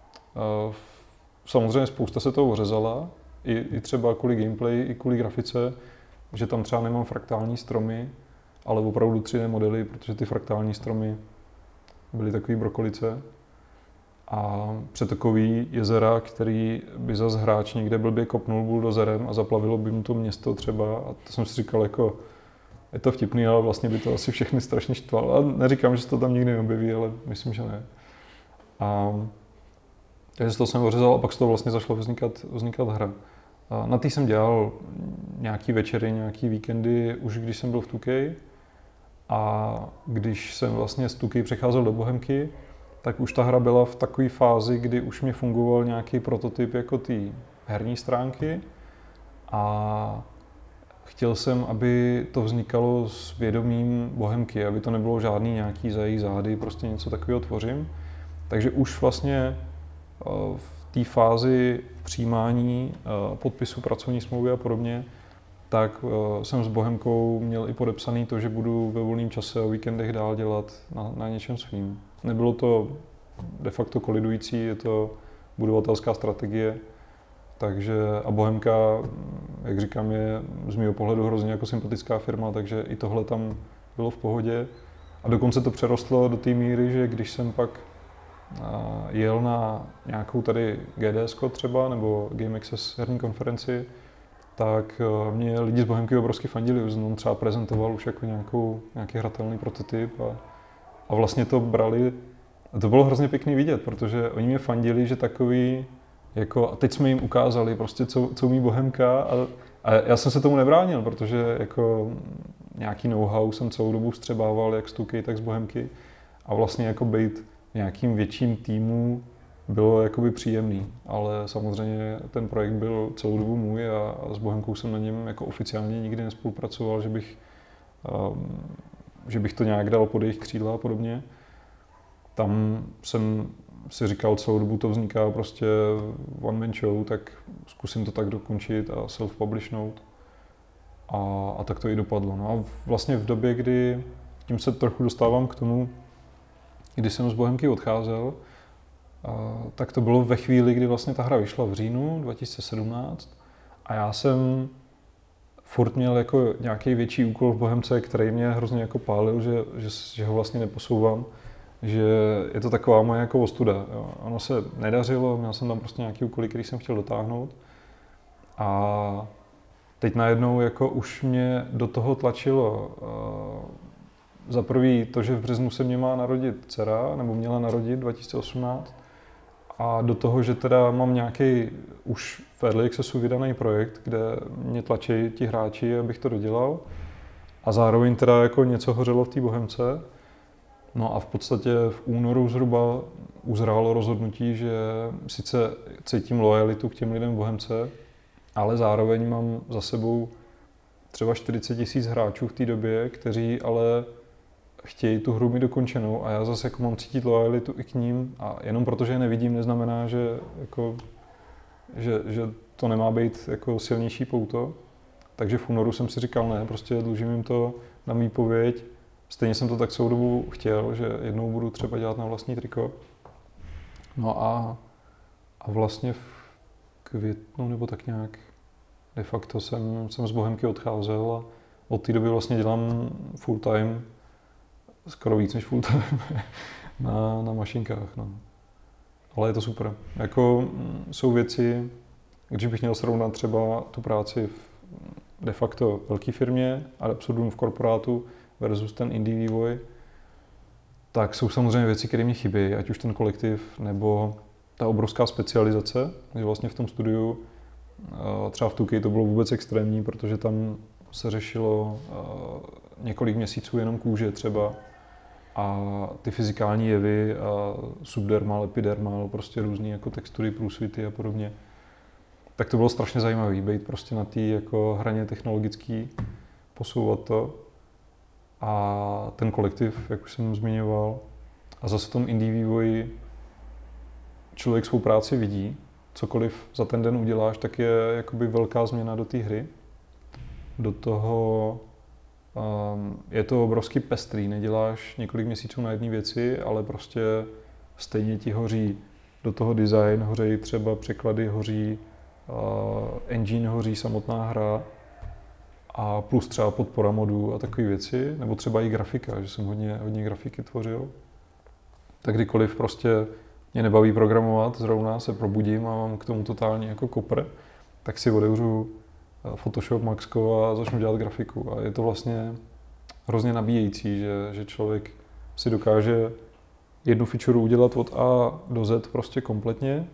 Samozřejmě spousta se toho ořezala, i třeba kvůli gameplay, i kvůli grafice, že tam třeba nemám fraktální stromy, ale opravdu 3D modely, protože ty fraktální stromy byly takový brokolice. A přetokový jezera, který by zas hráč někde blbě kopnul buldozerem a zaplavilo by mu to město třeba. A to jsem si říkal, jako, je to vtipný, ale vlastně by to asi všechny strašně štvalo. A neříkám, že se to tam nikdy neobjeví, ale myslím, že ne. A takže to jsem ořezal a pak z toho vlastně zašlo vznikat hra. A na té jsem dělal nějaký večery, nějaký víkendy, už když jsem byl v 2K. A když jsem vlastně z 2K přecházel do Bohemky, tak už ta hra byla v takové fázi, kdy už mě fungoval nějaký prototyp jako ty herní stránky a chtěl jsem, aby to vznikalo s vědomím Bohemky, aby to nebylo žádný nějaký za její zády, prostě něco takového tvořím. Takže už vlastně v té fázi přijímání podpisu pracovní smlouvy a podobně, tak jsem s Bohemkou měl i podepsaný to, že budu ve volném čase o víkendech dál dělat na něčem svým. Nebylo to de facto kolidující, je to budovatelská strategie, takže a Bohemka, jak říkám, je z mého pohledu hrozně jako sympatická firma, takže i tohle tam bylo v pohodě. A dokonce to přerostlo do té míry, že když jsem pak jel na nějakou tady GDS třeba nebo Game Access herní konferenci, tak mě lidi z Bohemky obrovsky fandili, už on třeba prezentoval už jako nějaký hratelný prototyp a vlastně to brali. A to bylo hrozně pěkný vidět, protože oni mě fandili, že takový, jako, a teď jsme jim ukázali prostě, co umí Bohemka a já jsem se tomu nebránil, protože jako nějaký know-how jsem celou dobu vstřebával, jak z 2K, tak z Bohemky a vlastně jako být v nějakým větším týmu bylo jakoby příjemný, ale samozřejmě ten projekt byl celou dobu můj a s Bohemkou jsem na něm jako oficiálně nikdy nespolupracoval, že bych to nějak dal pod jejich křídla a podobně. Tam jsem si říkal, celou dobu to vzniká prostě one man show, tak zkusím to tak dokončit a self-publishnout. A tak to i dopadlo. No a vlastně v době, kdy, tím se trochu dostávám k tomu, kdy jsem z Bohemky odcházel, tak to bylo ve chvíli, kdy vlastně ta hra vyšla v říjnu 2017 a já jsem furt měl jako nějaký větší úkol v Bohemce, který mě hrozně jako pálil, že ho vlastně neposouvám, že je to taková moje jako ostuda. Jo. Ono se nedařilo, měl jsem tam prostě nějaký úkoly, který jsem chtěl dotáhnout a teď najednou jako už mě do toho tlačilo za prvý to, že v březnu se mě má narodit dcera, nebo měla narodit 2018 a do toho, že teda mám nějaký už v Early Accessu vydaný projekt, kde mě tlačí ti hráči, abych to dodělal a zároveň teda jako něco hořelo v té Bohemce. No a v podstatě v únoru zhruba uzrálo rozhodnutí, že sice cítím lojalitu k těm lidem v Bohemce, ale zároveň mám za sebou třeba 40 000 hráčů v té době, kteří ale chtějí tu hru mít dokončenou a já zase jako mám cítit lojalitu i k ním a jenom protože je nevidím, neznamená, že to nemá být jako silnější pouto. Takže v únoru jsem si říkal, ne, prostě dlužím jim to na výpověď. Stejně jsem to tak celou dobu chtěl, že jednou budu třeba dělat na vlastní triko. No a vlastně v květnu nebo tak nějak de facto jsem z Bohemky odcházel a od té doby vlastně dělám full time, skoro víc než full time na mašinkách. No. Ale je to super. Jako jsou věci, když bych měl srovnat třeba tu práci v de facto velké firmě ad absurdum v korporátu versus ten indie vývoj, tak jsou samozřejmě věci, které mě chybí, ať už ten kolektiv nebo ta obrovská specializace, kdy vlastně v tom studiu třeba v 2K to bylo vůbec extrémní, protože tam se řešilo několik měsíců jenom kůže třeba a ty fyzikální jevy a subdermal, epidermal, prostě různý jako textury, průsvity a podobně. Tak to bylo strašně zajímavé, být prostě na té jako hraně technologický. posouvat to. A ten kolektiv, jak už jsem zmiňoval. A zase v tom indie vývoji člověk svou práci vidí. Cokoliv za ten den uděláš, tak je jakoby velká změna do té hry. Do toho je to obrovský pestrý. Neděláš několik měsíců na jedné věci, ale prostě stejně ti hoří do toho design, hoří třeba překlady, hoří engine, hoří samotná hra a plus třeba podpora modů a takové věci, nebo třeba i grafika, že jsem hodně grafiky tvořil. Tak kdykoliv prostě mě nebaví programovat, zrovna se probudím a mám k tomu totálně jako kopr, tak si otevřu Photoshop, Maxko a začnu dělat grafiku. A je to vlastně hrozně nabíjející, že člověk si dokáže jednu feature udělat od A do Z prostě kompletně,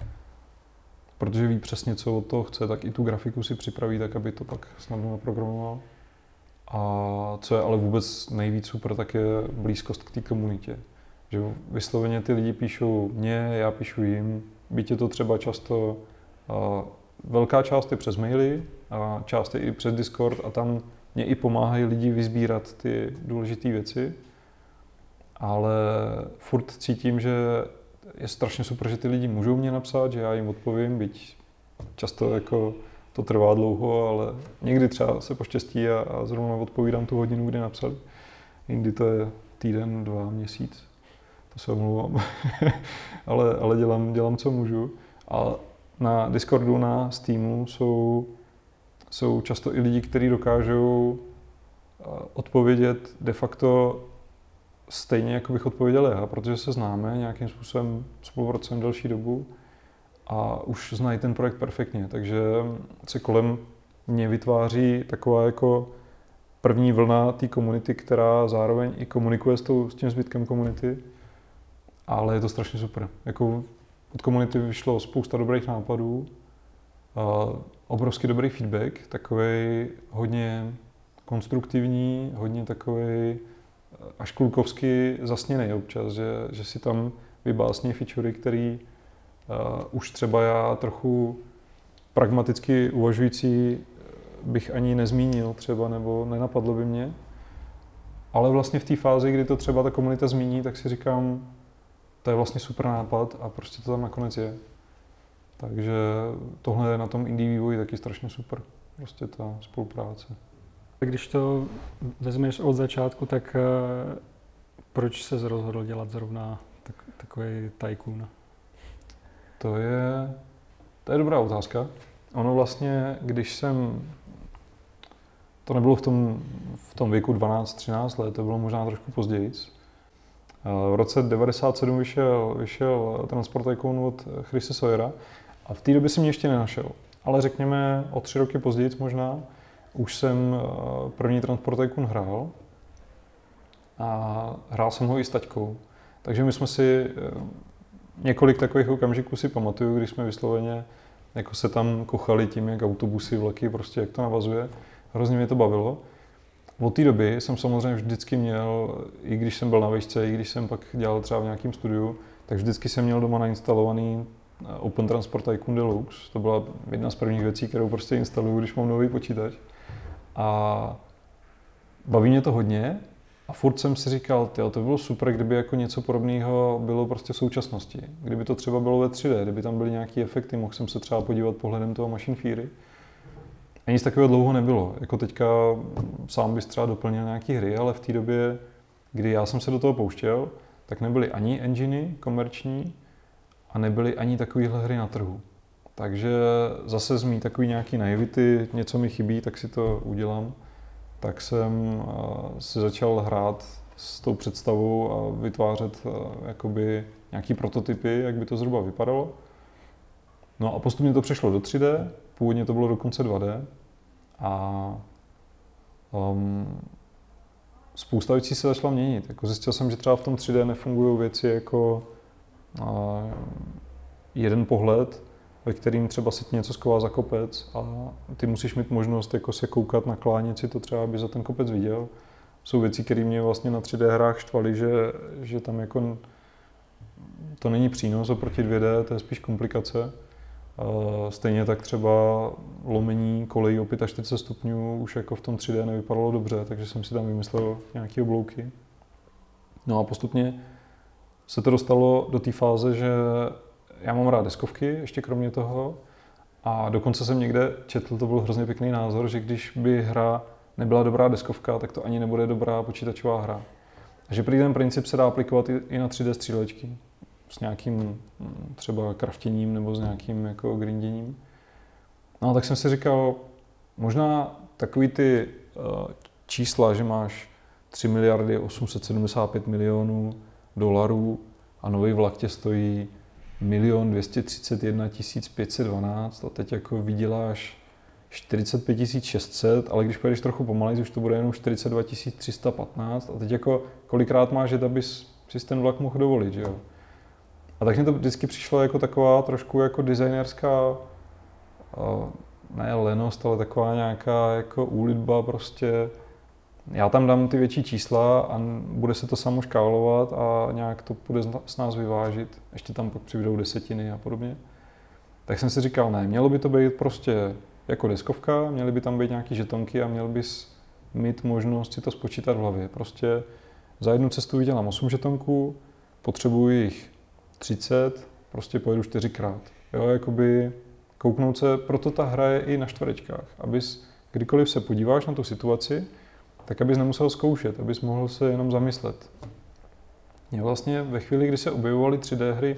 protože ví přesně, co od toho chce, tak i tu grafiku si připraví tak, aby to pak snadno naprogramoval. A co je ale vůbec nejvíc super, tak je blízkost k té komunitě. Že vysloveně ty lidi píšou mě, já píšu jim, byť je to třeba často, velká část je přes maily a část je i přes Discord a tam mě i pomáhají lidi vysbírat ty důležité věci, ale furt cítím, že je strašně super, že ty lidi můžou mě napsat, že já jim odpovím, byť často jako to trvá dlouho, ale někdy třeba se poštěstí a zrovna odpovídám tu hodinu, kdy napsali. Jindy to je týden, 2, měsíc. To se omlouvám. ale dělám, co můžu. A na Discordu, na Steamu jsou často i lidi, kteří dokážou odpovědět de facto stejně, jako bych odpověděl já, protože se známe, nějakým způsobem spolupracujeme delší dobu a už znají ten projekt perfektně, takže se kolem mě vytváří taková jako první vlna té komunity, která zároveň i komunikuje s tím zbytkem komunity, ale je to strašně super. Jako od komunity vyšlo spousta dobrých nápadů, obrovský dobrý feedback, takovej hodně konstruktivní, hodně takovej až klukovsky zasněnej občas, že si tam vybásní featurey, který už třeba já trochu pragmaticky uvažující bych ani nezmínil třeba, nebo nenapadlo by mě. Ale vlastně v té fázi, kdy to třeba ta komunita zmíní, tak si říkám, to je vlastně super nápad a prostě to tam nakonec je. Takže tohle je na tom indie vývoji taky strašně super, prostě ta spolupráce. Když to vezmeš od začátku, tak proč se rozhodl dělat zrovna takový tycoon? To je dobrá otázka. Ono vlastně, když jsem, to nebylo v tom věku 12-13 let, to bylo možná trošku později. V roce 1997 vyšel Transport Tycoon od Chrise Sawyera a v té době jsem mě ještě nenašel. Ale řekněme o 3 roky později možná, už jsem první Transport Tycoon hrál a hrál jsem ho i s taťkou. Takže my jsme si několik takových okamžiků si pamatuju, když jsme vysloveně jako se tam kochali tím, jak autobusy, vlaky, prostě jak to navazuje. Hrozně mě to bavilo. Od té doby jsem samozřejmě vždycky měl, i když jsem byl na vejšce, i když jsem pak dělal třeba v nějakém studiu, tak vždycky jsem měl doma nainstalovaný Open Transport Tycoon Deluxe. To byla jedna z prvních věcí, kterou prostě instaluju, když mám nový počítač. A baví mě to hodně a furt jsem si říkal, to by bylo super, kdyby jako něco podobného bylo prostě v současnosti. Kdyby to třeba bylo ve 3D, kdyby tam byly nějaké efekty, mohl jsem se třeba podívat pohledem toho Machine Theory. A nic takového dlouho nebylo. Jako teďka sám bys třeba doplnil nějaké hry, ale v té době, kdy já jsem se do toho pouštěl, tak nebyly ani enginy komerční a nebyly ani takovéhle hry na trhu. Takže zase z mý takový nějaký naivity, něco mi chybí, tak si to udělám. Tak jsem si začal hrát s tou představou a vytvářet jakoby nějaký prototypy, jak by to zhruba vypadalo. No a postupně to přešlo do 3D, původně to bylo dokonce 2D. A spousta věcí se začala měnit. Jako zjistil jsem, že třeba v tom 3D nefungují věci jako jeden pohled, ve kterým třeba se ti něco sková za kopec a ty musíš mít možnost jako se koukat, naklánět si to třeba, aby za ten kopec viděl. Jsou věci, které mě vlastně na 3D hrách štvaly, že tam jako to není přínos oproti 2D, to je spíš komplikace. Stejně tak třeba lomení kolejí o 45 stupňů už jako v tom 3D nevypadalo dobře, takže jsem si tam vymyslel nějaké oblouky. No a postupně se to dostalo do té fáze, že já mám rád deskovky, ještě kromě toho. A dokonce jsem někde četl, to byl hrozně pěkný názor, že když by hra nebyla dobrá deskovka, tak to ani nebude dobrá počítačová hra. Takže prý ten princip se dá aplikovat i na 3D střílečky. S nějakým třeba craftěním nebo s nějakým jako grinděním. No tak jsem si říkal, možná takový ty čísla, že máš 3 miliardy 875 milionů dolarů a nový vlak tě stojí 1 231 512 a teď jako vyděláš 45 600, ale když pojedeš trochu pomalej, už to bude jenom 42 315 a teď jako kolikrát máš jet, abys si ten vlak mohl dovolit, že jo? A tak mi to vždycky přišlo jako taková trošku jako designerská, ne lenost, ale taková nějaká jako úlitba prostě. Já tam dám ty větší čísla a bude se to samo škálovat a nějak to bude s nás vyvážit. Ještě tam pak přibydou desetiny a podobně. Tak jsem si říkal, ne, mělo by to být prostě jako deskovka, měly by tam být nějaký žetonky a měl bys mít možnost si to spočítat v hlavě. Prostě za jednu cestu vydělám 8 žetonků, potřebuji jich 30, prostě pojedu 4krát. Jo, jakoby kouknout se, proto ta hra je i na čtverečkách, abys kdykoliv se podíváš na tu situaci, tak abys nemusel zkoušet, abys mohl se jenom zamyslet. Mě vlastně ve chvíli, kdy se objevovaly 3D hry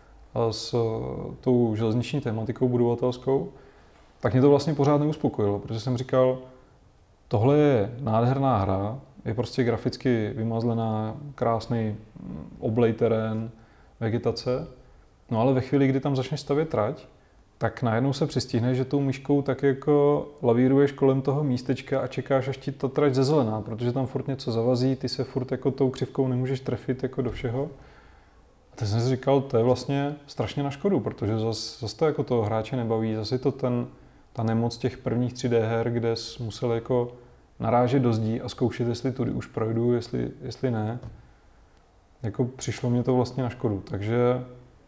s tou železniční tématikou budovatelskou, tak mě to vlastně pořád neuspokojilo, protože jsem říkal, tohle je nádherná hra, je prostě graficky vymazlená, krásný oblej terén, vegetace, no ale ve chvíli, kdy tam začneš stavět trať, tak najednou se přistihneš, že tou myškou tak jako lavíruješ kolem toho místečka a čekáš, až ti ta trať zezelená, protože tam furt něco zavazí, ty se furt jako tou křivkou nemůžeš trefit jako do všeho. A teď jsem si říkal, to je vlastně strašně na škodu, protože zase to jako toho hráče nebaví, zase je to ta nemoc těch prvních 3D her, kde jsi musel jako narážet do zdí a zkoušet, jestli tudy už projdu, jestli ne. Jako přišlo mě to vlastně na škodu, takže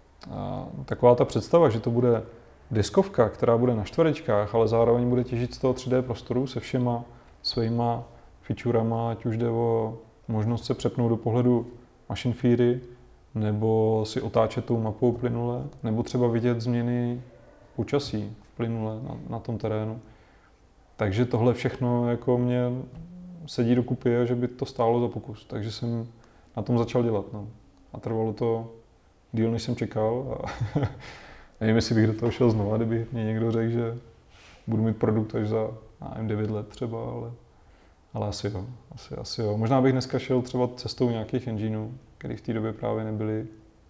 taková ta představa, že to bude deskovka, která bude na čtverečkách, ale zároveň bude těžit z toho 3D prostoru se všema svýma featurama, ať už jde o možnost se přepnout do pohledu machine feedy, nebo si otáčet tou mapou plynule, nebo třeba vidět změny počasí plynule na tom terénu. Takže tohle všechno jako mě sedí do kupy, že by to stálo za pokus. Takže jsem na tom začal dělat. No. A trvalo to díl, než jsem čekal. A nevím, jestli bych do toho šel znova, kdyby mě někdo řekl, že budu mít produkt až za 9 let třeba, ale asi jo. Asi jo. Možná bych dneska šel třeba cestou nějakých engineů, které v té době právě nebyly.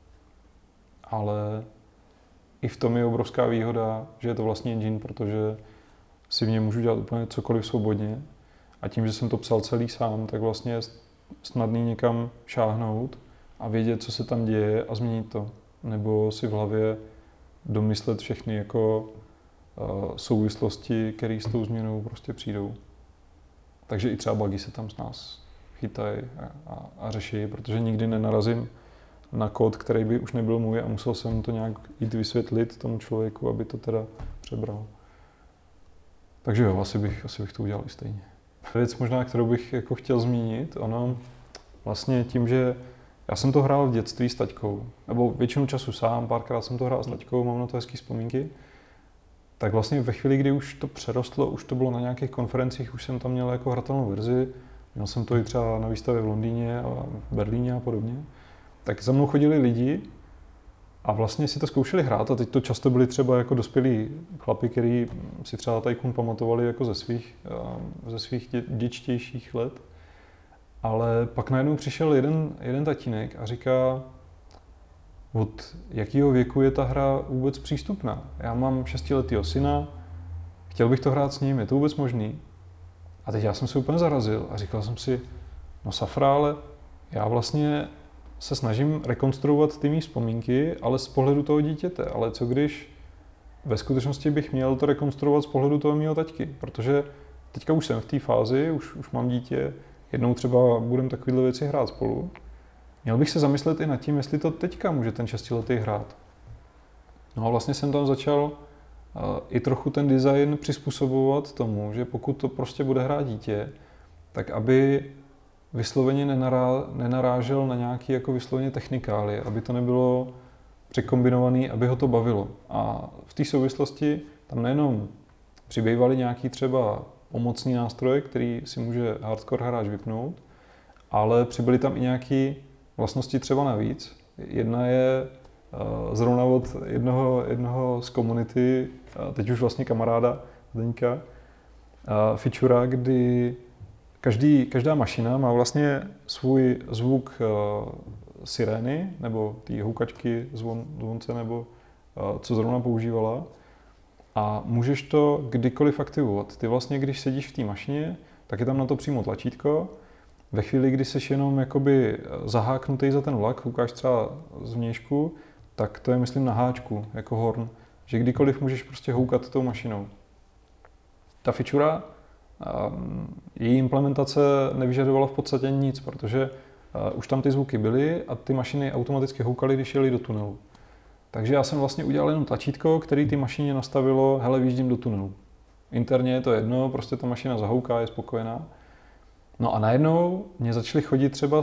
Ale i v tom je obrovská výhoda, že je to vlastní engine, protože si v něm můžu dělat úplně cokoliv svobodně. A tím, že jsem to psal celý sám, tak vlastně je snadný někam šáhnout a vědět, co se tam děje a změnit to. Nebo si v hlavě domyslet všechny jako souvislosti, které s tou změnou prostě přijdou. Takže i třeba bugy se tam s nás chytají a řeší, protože nikdy nenarazím na kód, který by už nebyl můj a musel jsem to nějak jít vysvětlit tomu člověku, aby to teda přebral. Takže jo, asi bych to udělal i stejně. Věc možná, kterou bych jako chtěl zmínit, ono vlastně tím, že já jsem to hrál v dětství s taťkou, nebo většinu času sám, párkrát jsem to hrál s taťkou, mám na to hezký vzpomínky, tak vlastně ve chvíli, kdy už to přerostlo, už to bylo na nějakých konferencích, už jsem tam měl jako hratelnou verzi, měl jsem to i třeba na výstavě v Londýně a v Berlíně a podobně, tak za mnou chodili lidi a vlastně si to zkoušeli hrát a teď to často byli třeba jako dospělí chlapi, kteří si třeba Tycoon pamatovali jako ze svých dětštějších let. Ale pak najednou přišel jeden tatínek a říká, od jakého věku je ta hra vůbec přístupná. Já mám 6letýho syna, chtěl bych to hrát s ním, je to vůbec možný? A teď já jsem se úplně zarazil a říkal jsem si, no Safra, ale já vlastně se snažím rekonstruovat ty mý vzpomínky, ale z pohledu toho dítěte. Ale co když ve skutečnosti bych měl to rekonstruovat z pohledu toho mýho taťky? Protože teďka už jsem v té fázi, už mám dítě, jednou třeba budeme takovéhle věci hrát spolu. Měl bych se zamyslet i nad tím, jestli to teďka může ten 6letý hrát. No a vlastně jsem tam začal i trochu ten design přizpůsobovat tomu, že pokud to prostě bude hrát dítě, tak aby vysloveně nenarážel na nějaký jako vysloveně technikálie, aby to nebylo překombinovaný, aby ho to bavilo. A v té souvislosti tam nejenom přibývaly nějaký třeba pomocný nástroje, který si může hardcore hráč vypnout, ale přibyly tam i nějaké vlastnosti třeba navíc. Jedna je zrovna od jednoho z komunity, teď už vlastně kamaráda Zdeňka, featura, kdy každá mašina má vlastně svůj zvuk sirény, nebo té houkačky, zvonce, nebo co zrovna používala. A můžeš to kdykoliv aktivovat. Ty vlastně, když sedíš v té mašině, tak je tam na to přímo tlačítko. Ve chvíli, kdy jsi jenom jakoby zaháknutý za ten vlak, houkáš třeba zvnějšku, tak to je, myslím, na háčku, jako horn, že kdykoliv můžeš prostě houkat tou mašinou. Ta feature, její implementace nevyžadovala v podstatě nic, protože už tam ty zvuky byly a ty mašiny automaticky houkaly, když jeli do tunelu. Takže já jsem vlastně udělal jenom tlačítko, který ty mašině nastavilo, hele, výjíždím do tunelu. Interně je to jedno, prostě ta mašina zahouká, je spokojená. No a najednou mě začaly chodit třeba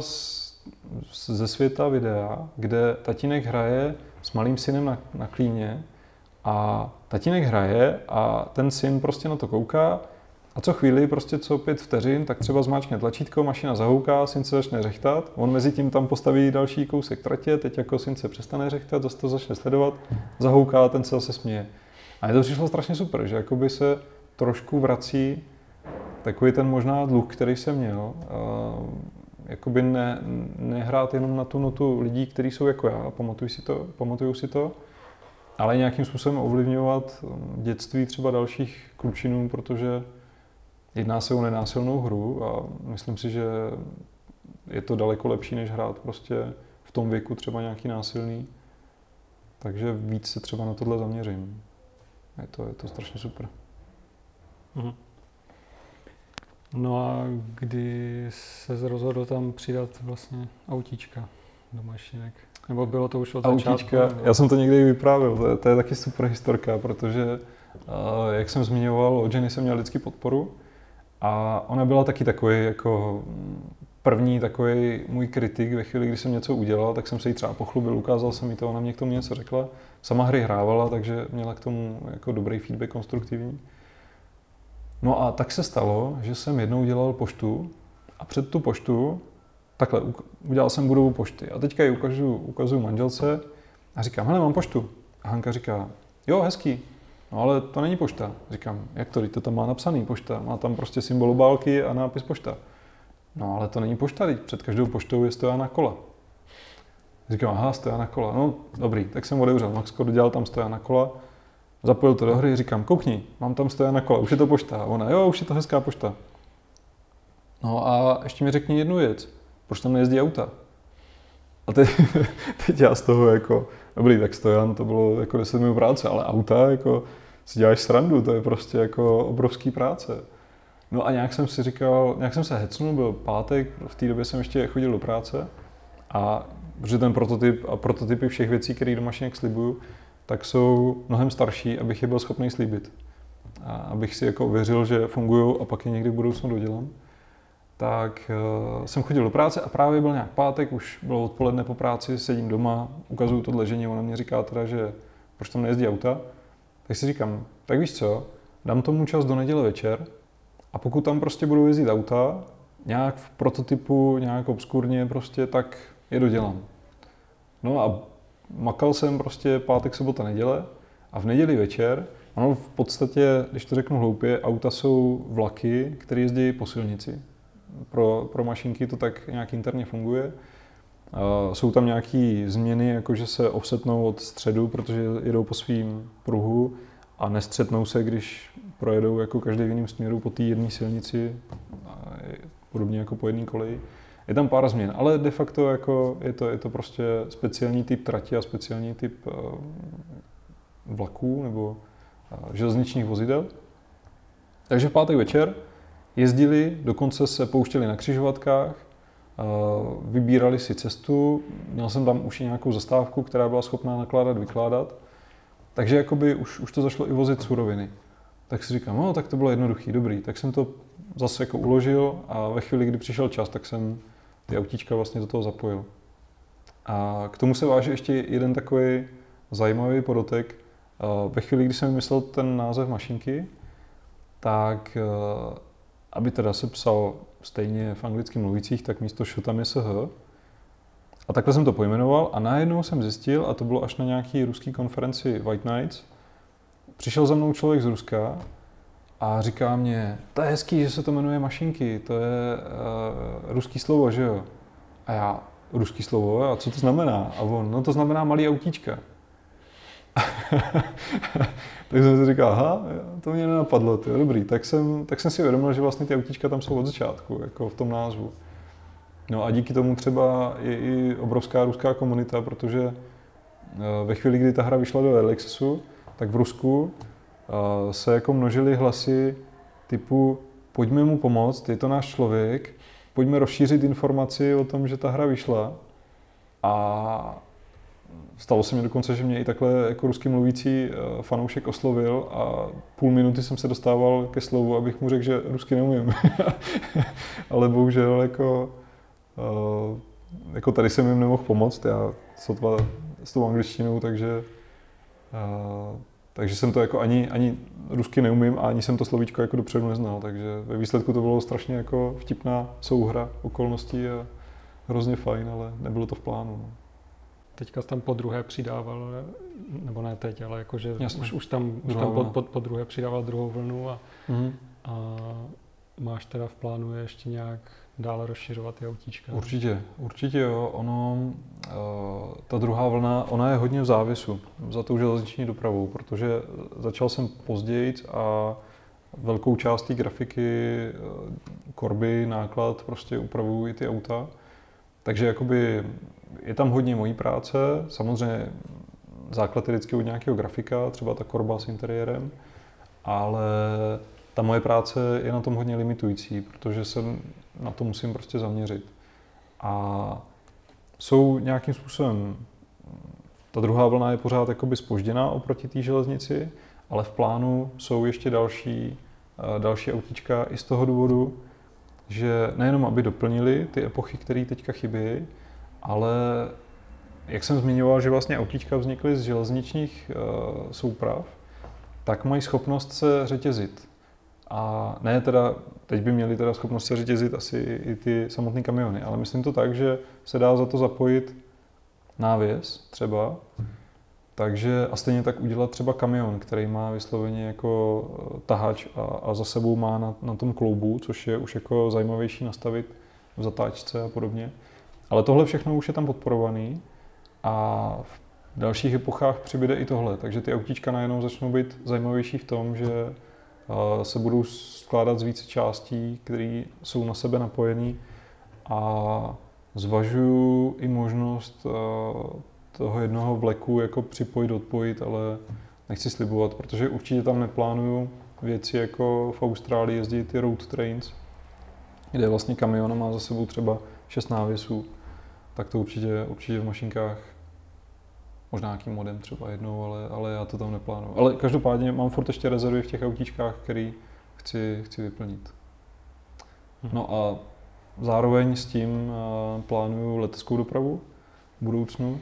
ze světa videa, kde tatínek hraje s malým synem na klíně a tatínek hraje a ten syn prostě na to kouká a co chvíli, prostě co 5 vteřin, tak třeba zmáčkne tlačítko, mašina zahouká, syn se začne řechtat, on mezi tím tam postaví další kousek tratě, teď jako syn se přestane řechtat, zase to začne sledovat, zahouká, ten se zase směje. A mně to přišlo strašně super, že jakoby se trošku vrací takový ten možná dluh, který jsem měl, jakoby nehrát jenom na tu notu lidí, kteří jsou jako já, pamatuju si to, ale nějakým způsobem ovlivňovat dětství třeba dalších klučinů, protože jedná se o nenásilnou hru a myslím si, že je to daleko lepší, než hrát prostě v tom věku třeba nějaký násilný. Takže víc se třeba na tohle zaměřím. Je to strašně super. Mhm. No a kdy se rozhodl tam přidat vlastně autíčka do mašinek? Nebo bylo to už od začátku? Já jsem to někdy i vyprávěl, to je taky super historka, protože jak jsem zmiňoval, od ženy jsem měl vždycky podporu a ona byla taky takový jako první takový můj kritik ve chvíli, kdy jsem něco udělal, tak jsem se jí třeba pochlubil, ukázal jsem jí to, ona mě k tomu něco řekla. Sama hry hrávala, takže měla k tomu jako dobrý feedback, konstruktivní. No a tak se stalo, že jsem jednou dělal poštu a před tu poštu, takhle, udělal jsem budovu pošty a teďka ji ukazuju manželce a říkám, hele, mám poštu. A Hanka říká, jo, hezký, no ale to není pošta. Říkám, jak to, to tam má napsaný pošta, má tam prostě symbol obálky a nápis pošta. No ale to není pošta, teď před každou poštou je stojána kola. Říkám, aha, stojána kola, no dobrý, tak jsem otevřel Maxko, dodělal tam stojána kola, zapojil to do hry, říkám, koukni, mám tam stojána kola, už je to pošta. A ona, jo, už je to hezká pošta. No a ještě mi řekni jednu věc, proč tam nejezdí auta? A teď já z toho jako, dobrý, tak stojan, to bylo jako 10 minut práce, ale auta, jako si děláš srandu, to je prostě jako obrovský práce. No a nějak jsem si říkal, nějak jsem se hecnul, byl pátek, v té době jsem ještě chodil do práce a protože ten prototyp a prototypy všech věcí, které do mašinek slibuju, tak jsou mnohem starší, abych je byl schopný slíbit. A abych si jako věřil, že fungují a pak je někdy v budoucnu dodělám. Tak jsem chodil do práce a právě byl nějak pátek, už bylo odpoledne po práci, sedím doma, ukazuju tohle ženě, ona mě říká teda, že proč tam nejezdí auta. Tak si říkám, tak víš co, dám tomu čas do neděle večer a pokud tam prostě budou jezdit auta, nějak v prototypu, nějak obskurně prostě, tak je dodělám. No a makal jsem prostě pátek, sobota, neděle a v neděli večer, ano, v podstatě, když to řeknu hloupě, auta jsou vlaky, které jezdí po silnici. Pro mašinky to tak nějak interně funguje. Jsou tam nějaké změny, jako že se offsetnou od středu, protože jedou po svým pruhu a nestřetnou se, když projedou jako každý v jiném směru po té jedné silnici, podobně jako po jedné koleji. Je tam pár změn, ale de facto jako je to prostě speciální typ trati a speciální typ vlaků nebo železničních vozidel. Takže v pátek večer jezdili, dokonce se pouštěli na křižovatkách, vybírali si cestu, měl jsem tam už i nějakou zastávku, která byla schopná nakládat, vykládat Takže jakoby už to zašlo i vozit suroviny. Tak si říkám, no tak to bylo jednoduchý, dobrý. Tak jsem to zase jako uložil a ve chvíli, kdy přišel čas, tak jsem ty autíčka vlastně do toho zapojil. A k tomu se váže ještě jeden takový zajímavý podotek. Ve chvíli, kdy jsem vymyslel ten název mašinky, tak aby teda se psal stejně v anglicky mluvících, tak místo š tam je sh. A takhle jsem to pojmenoval a najednou jsem zjistil, a to bylo až na nějaký ruský konferenci White Nights, přišel za mnou člověk z Ruska a říká mě, to je hezký, že se to jmenuje mašinky, to je ruský slovo, že jo? A já, ruský slovo, a co to znamená? A on, no to znamená malý autíčka. Tak jsem si říkal, aha, to mě nenapadlo, to je dobrý. Tak jsem si uvědomil, že vlastně ty autíčka tam jsou od začátku, jako v tom názvu. No a díky tomu třeba je i obrovská ruská komunita, protože ve chvíli, kdy ta hra vyšla do Early Accessu, tak v Rusku se jako množily hlasy typu pojďme mu pomoct, je to náš člověk, pojďme rozšířit informaci o tom, že ta hra vyšla. A stalo se mi dokonce, že mě i takhle jako rusky mluvící fanoušek oslovil a půl minuty jsem se dostával ke slovu, abych mu řekl, že rusky neumím. Ale bohužel jako tady jsem jim nemohl pomoct, já sotva s tou angličtinou, takže jsem to jako ani rusky neumím a ani jsem to slovíčko jako dopředu neznal, takže ve výsledku to bylo strašně jako vtipná souhra okolností a hrozně fajn, ale nebylo to v plánu. No. Teďka jsi tam po druhé přidával, nebo ne teď, ale jakože už tam po druhé přidával druhou vlnu a máš teda v plánu ještě nějak dále rozšiřovat ty autíčka? Určitě jo. Ta druhá vlna, ona je hodně v závěsu za tou železniční dopravou, protože začal jsem později a velkou část té grafiky, korby, náklad prostě upravují i ty auta. Takže jakoby je tam hodně mojí práce, samozřejmě základ je vždycky od nějakého grafika, třeba ta korba s interiérem, ale ta moje práce je na tom hodně limitující, protože se na to musím prostě zaměřit. A jsou nějakým způsobem, ta druhá vlna je pořád jakoby zpožděná oproti té železnici, ale v plánu jsou ještě další autíčka i z toho důvodu, že nejenom aby doplnili ty epochy, které teďka chybějí, ale jak jsem zmiňoval, že vlastně autíčka vznikly z železničních souprav, tak mají schopnost se řetězit. A ne teda, teď by měli teda schopnost se řetězit asi i ty samotné kamiony, ale myslím to tak, že se dá za to zapojit návěs třeba, takže a stejně tak udělat třeba kamion, který má vysloveně jako tahač a za sebou má na tom kloubu, což je už jako zajímavější nastavit v zatáčce a podobně. Ale tohle všechno už je tam podporovaný a v dalších epochách přibude i tohle, takže ty autíčka najednou začnou být zajímavější v tom, že se budou skládat z více částí, které jsou na sebe napojené a zvažuju i možnost toho jednoho vleku jako připojit, odpojit, ale nechci slibovat, protože určitě tam neplánuju věci jako v Austrálii jezdí ty road trains, kde vlastně kamion má za sebou třeba 6 návěsů, tak to určitě v mašinkách možná nějakým modem třeba jednou, ale já to tam neplánuju. Ale každopádně mám furt ještě rezervy v těch autíčkách, který chci vyplnit. No a zároveň s tím plánuju leteckou dopravu v budoucnu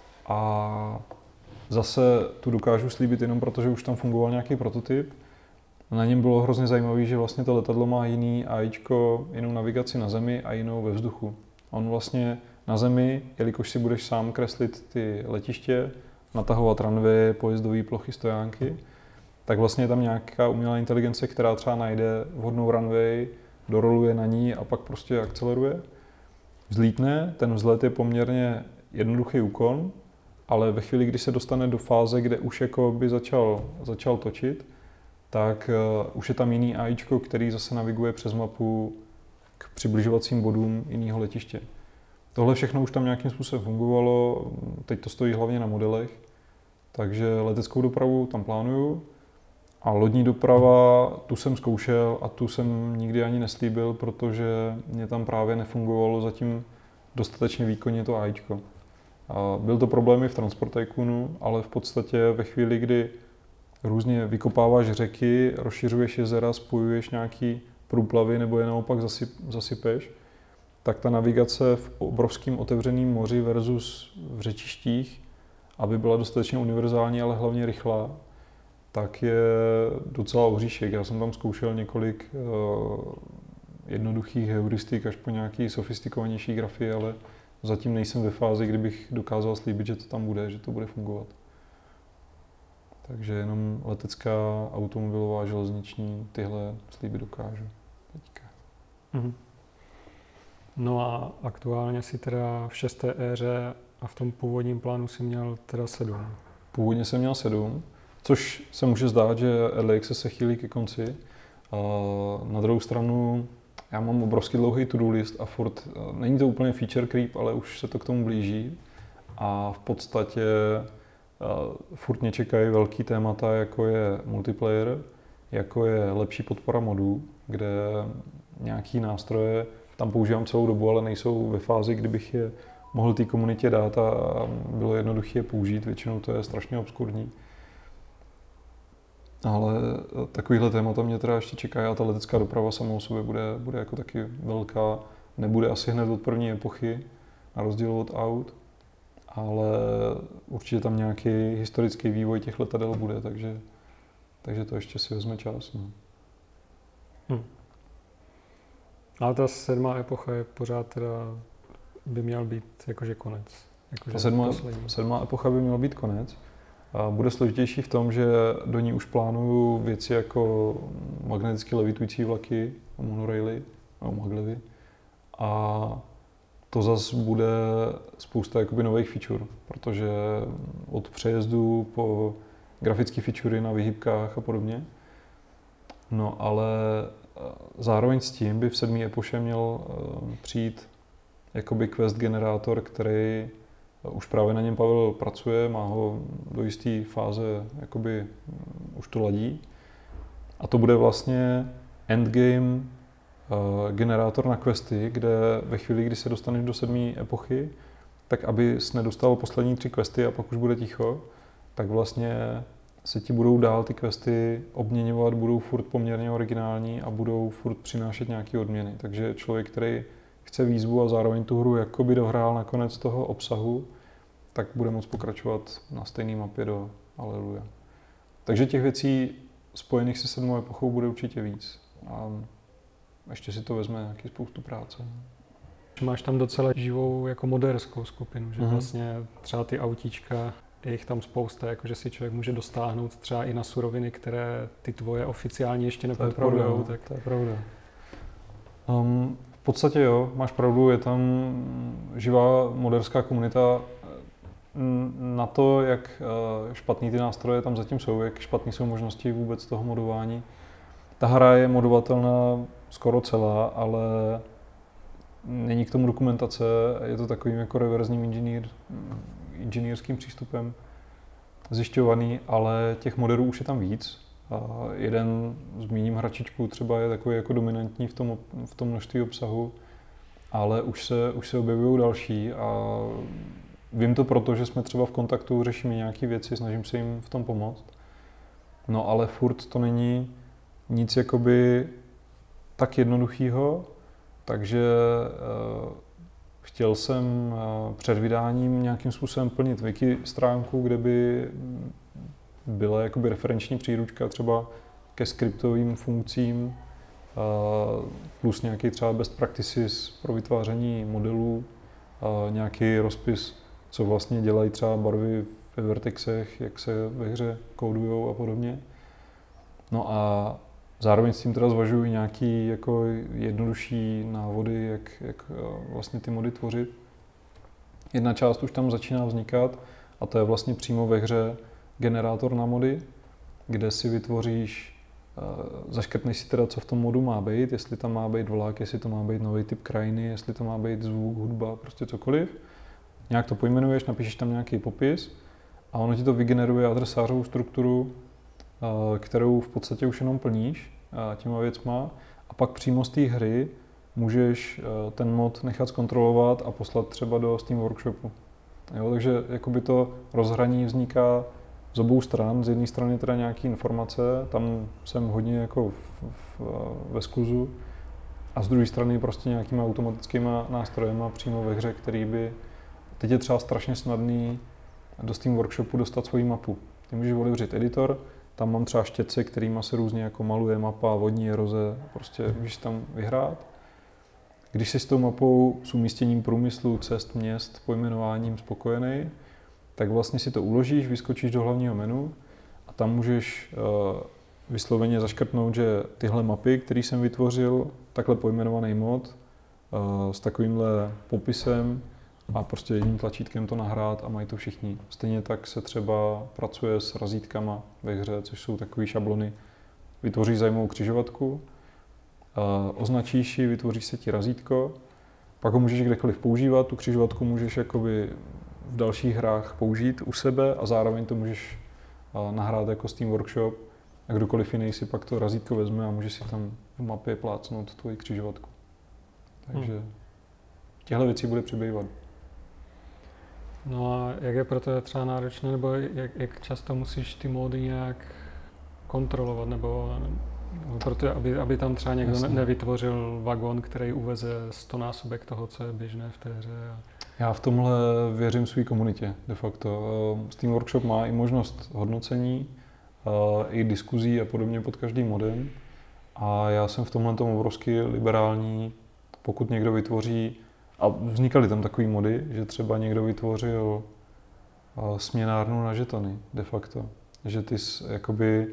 a zase tu dokážu slíbit jenom proto, že už tam fungoval nějaký prototyp. Na něm bylo hrozně zajímavé, že vlastně to letadlo má jinou navigaci na zemi a jinou ve vzduchu. On vlastně na zemi, jelikož si budeš sám kreslit ty letiště, natahovat runway, pojezdové plochy, stojánky, tak vlastně je tam nějaká umělá inteligence, která třeba najde vhodnou runway, doroluje na ní a pak prostě akceleruje. Vzlítne, ten vzlet je poměrně jednoduchý úkon, ale ve chvíli, kdy se dostane do fáze, kde už jako by začal točit, tak už je tam jiný AIčko, který zase naviguje přes mapu k přibližovacím bodům jiného letiště. Tohle všechno už tam nějakým způsobem fungovalo, teď to stojí hlavně na modelech, takže leteckou dopravu tam plánuju a lodní doprava, tu jsem zkoušel a tu jsem nikdy ani neslíbil, protože mě tam právě nefungovalo zatím dostatečně výkonně to AIčko. Byl to problém i v Transport Tycoonu, ale v podstatě ve chvíli, kdy různě vykopáváš řeky, rozšiřuješ jezera, spojuješ nějaký průplavy nebo je naopak zasypeš, tak ta navigace v obrovském otevřeném moři versus v řečištích, aby byla dostatečně univerzální, ale hlavně rychlá, tak je docela ohříšek. Já jsem tam zkoušel několik jednoduchých heuristik až po nějaký sofistikovanější grafy, ale zatím nejsem ve fázi, kdybych dokázal slíbit, že to tam bude, že to bude fungovat. Takže jenom letecká, automobilová, železniční, tyhle slíby dokážu teďka. Mhm. No a aktuálně si teda v 6. éře a v tom původním plánu si měl teda 7. Původně jsem měl 7, což se může zdát, že Early Access se chýlí ke konci. Na druhou stranu já mám obrovský dlouhý to-do list a furt, není to úplně feature creep, ale už se to k tomu blíží. A v podstatě furt mě čekají velký témata, jako je multiplayer, jako je lepší podpora modů, kde nějaký nástroje tam používám celou dobu, ale nejsou ve fázi, kdybych je mohl té komunitě dát a bylo jednoduché je použít. Většinou to je strašně obskurní. Ale takovýhle témata mě teda ještě čeká a ta letecká doprava sama o sobě bude jako taky velká. Nebude asi hned od první epochy, na rozdíl od aut, ale určitě tam nějaký historický vývoj těch letadel bude, takže to ještě si vezme čas. No. Ale ta 7. epocha je pořád teda, by měl být jakože konec. Ta 7. epocha by měl být konec. A bude složitější v tom, že do ní už plánuju věci jako magneticky levitující vlaky, monoraily, nebo maglevy. A to zase bude spousta jakoby nových feature, protože od přejezdu po grafické featurey na vyhýbkách a podobně. No ale zároveň s tím by v 7. epoše měl přijít jakoby quest generátor, který už právě na něm Pavel pracuje, má ho do jisté fáze, jakoby už to ladí. A to bude vlastně endgame generátor na questy, kde ve chvíli, kdy se dostaneš do 7. epochy, tak abys nedostal poslední 3 questy a pak už bude ticho, tak vlastně se ti budou dál ty questy obměňovat, budou furt poměrně originální a budou furt přinášet nějaké odměny. Takže člověk, který chce výzvu a zároveň tu hru jakoby dohrál na konec toho obsahu, tak bude moct pokračovat na stejné mapě do Aleluja. Takže těch věcí spojených se 7. epochou bude určitě víc. A ještě si to vezme nějaký spoustu práce. Máš tam docela živou jako moderskou skupinu, že vlastně třeba ty autíčka, je jich tam spousta, jakože si člověk může dostáhnout třeba i na suroviny, které ty tvoje oficiálně ještě nepodporujou. To je pravda. V podstatě jo, máš pravdu, je tam živá moderská komunita. Na to, jak špatný ty nástroje tam zatím jsou, jak špatný jsou možnosti vůbec toho modování. Ta hra je modovatelná skoro celá, ale není k tomu dokumentace, je to takovým jako reverzním inženýrským přístupem zjišťovaný, ale těch moderů už je tam víc. Jeden, zmíním hračičku, třeba je takový jako dominantní v tom množství obsahu, ale už se objevují další a vím to proto, že jsme třeba v kontaktu, řešíme nějaké věci, snažím se jim v tom pomoct. No ale furt to není nic jakoby tak jednoduchýho, takže chtěl jsem před vydáním nějakým způsobem plnit wiki stránku, kde by byla jakoby referenční příručka třeba ke skriptovým funkcím, plus nějaký třeba best practices pro vytváření modelů, nějaký rozpis, co vlastně dělají třeba barvy ve vertexech, jak se ve hře kódujou a podobně. No a zároveň s tím teda zvažuji nějaký jako jednodušší návody, jak vlastně ty mody tvořit. Jedna část už tam začíná vznikat a to je vlastně přímo ve hře generátor na mody, kde si vytvoříš, zaškrtneš si teda, co v tom modu má být, jestli tam má být vlak, jestli to má být nový typ krajiny, jestli to má být zvuk, hudba, prostě cokoliv. Nějak to pojmenuješ, napíšeš tam nějaký popis a ono ti to vygeneruje adresářovou strukturu, kterou v podstatě už jenom plníš těma věcma a pak přímo z té hry můžeš ten mod nechat zkontrolovat a poslat třeba do Steam Workshopu. Jo, takže jakoby to rozhraní vzniká z obou stran. Z jedné strany teda nějaké informace, tam jsem hodně jako ve skluzu, a z druhé strany prostě nějakýma automatickýma nástrojema přímo ve hře, který by... Teď je třeba strašně snadný do Steam Workshopu dostat svoji mapu. Ty můžeš otevřít editor, tam mám třeba štětce, kterýma se různě jako maluje mapa, vodní eroze, prostě můžeš tam vyhrát. Když jsi s tou mapou, s umístěním průmyslu, cest, měst, pojmenováním spokojený, tak vlastně si to uložíš, vyskočíš do hlavního menu a tam můžeš vysloveně zaškrtnout, že tyhle mapy, které jsem vytvořil, takhle pojmenovaný mod, s takovýmhle popisem a prostě jedním tlačítkem to nahrát a mají to všichni. Stejně tak se třeba pracuje s razítkama ve hře, což jsou takové šablony. Vytvoříš zajímavou křižovatku, označíš ji, vytvoříš se ti razítko, pak ho můžeš kdekoliv používat, tu křižovatku můžeš jakoby v dalších hrách použít u sebe a zároveň to můžeš nahrát jako Steam Workshop a kdokoliv jiný si pak to razítko vezme a může si tam v mapě plácnout tvoji křižovatku. Takže těchto věcí bude přibývat. No a jak je pro to třeba náročné, nebo jak často musíš ty módy nějak kontrolovat, nebo proto, aby tam třeba někdo nevytvořil vagon, který uveze 100násobek toho, co je běžné v té hře. Já v tomhle věřím své komunitě de facto. Steam Workshop má i možnost hodnocení, i diskuzí a podobně pod každým modem. A já jsem v tomhle tomu obrovsky liberální, pokud někdo vytvoří, a vznikaly tam takový mody, že třeba někdo vytvořil směnárnu na žetony de facto. Že ty jakoby,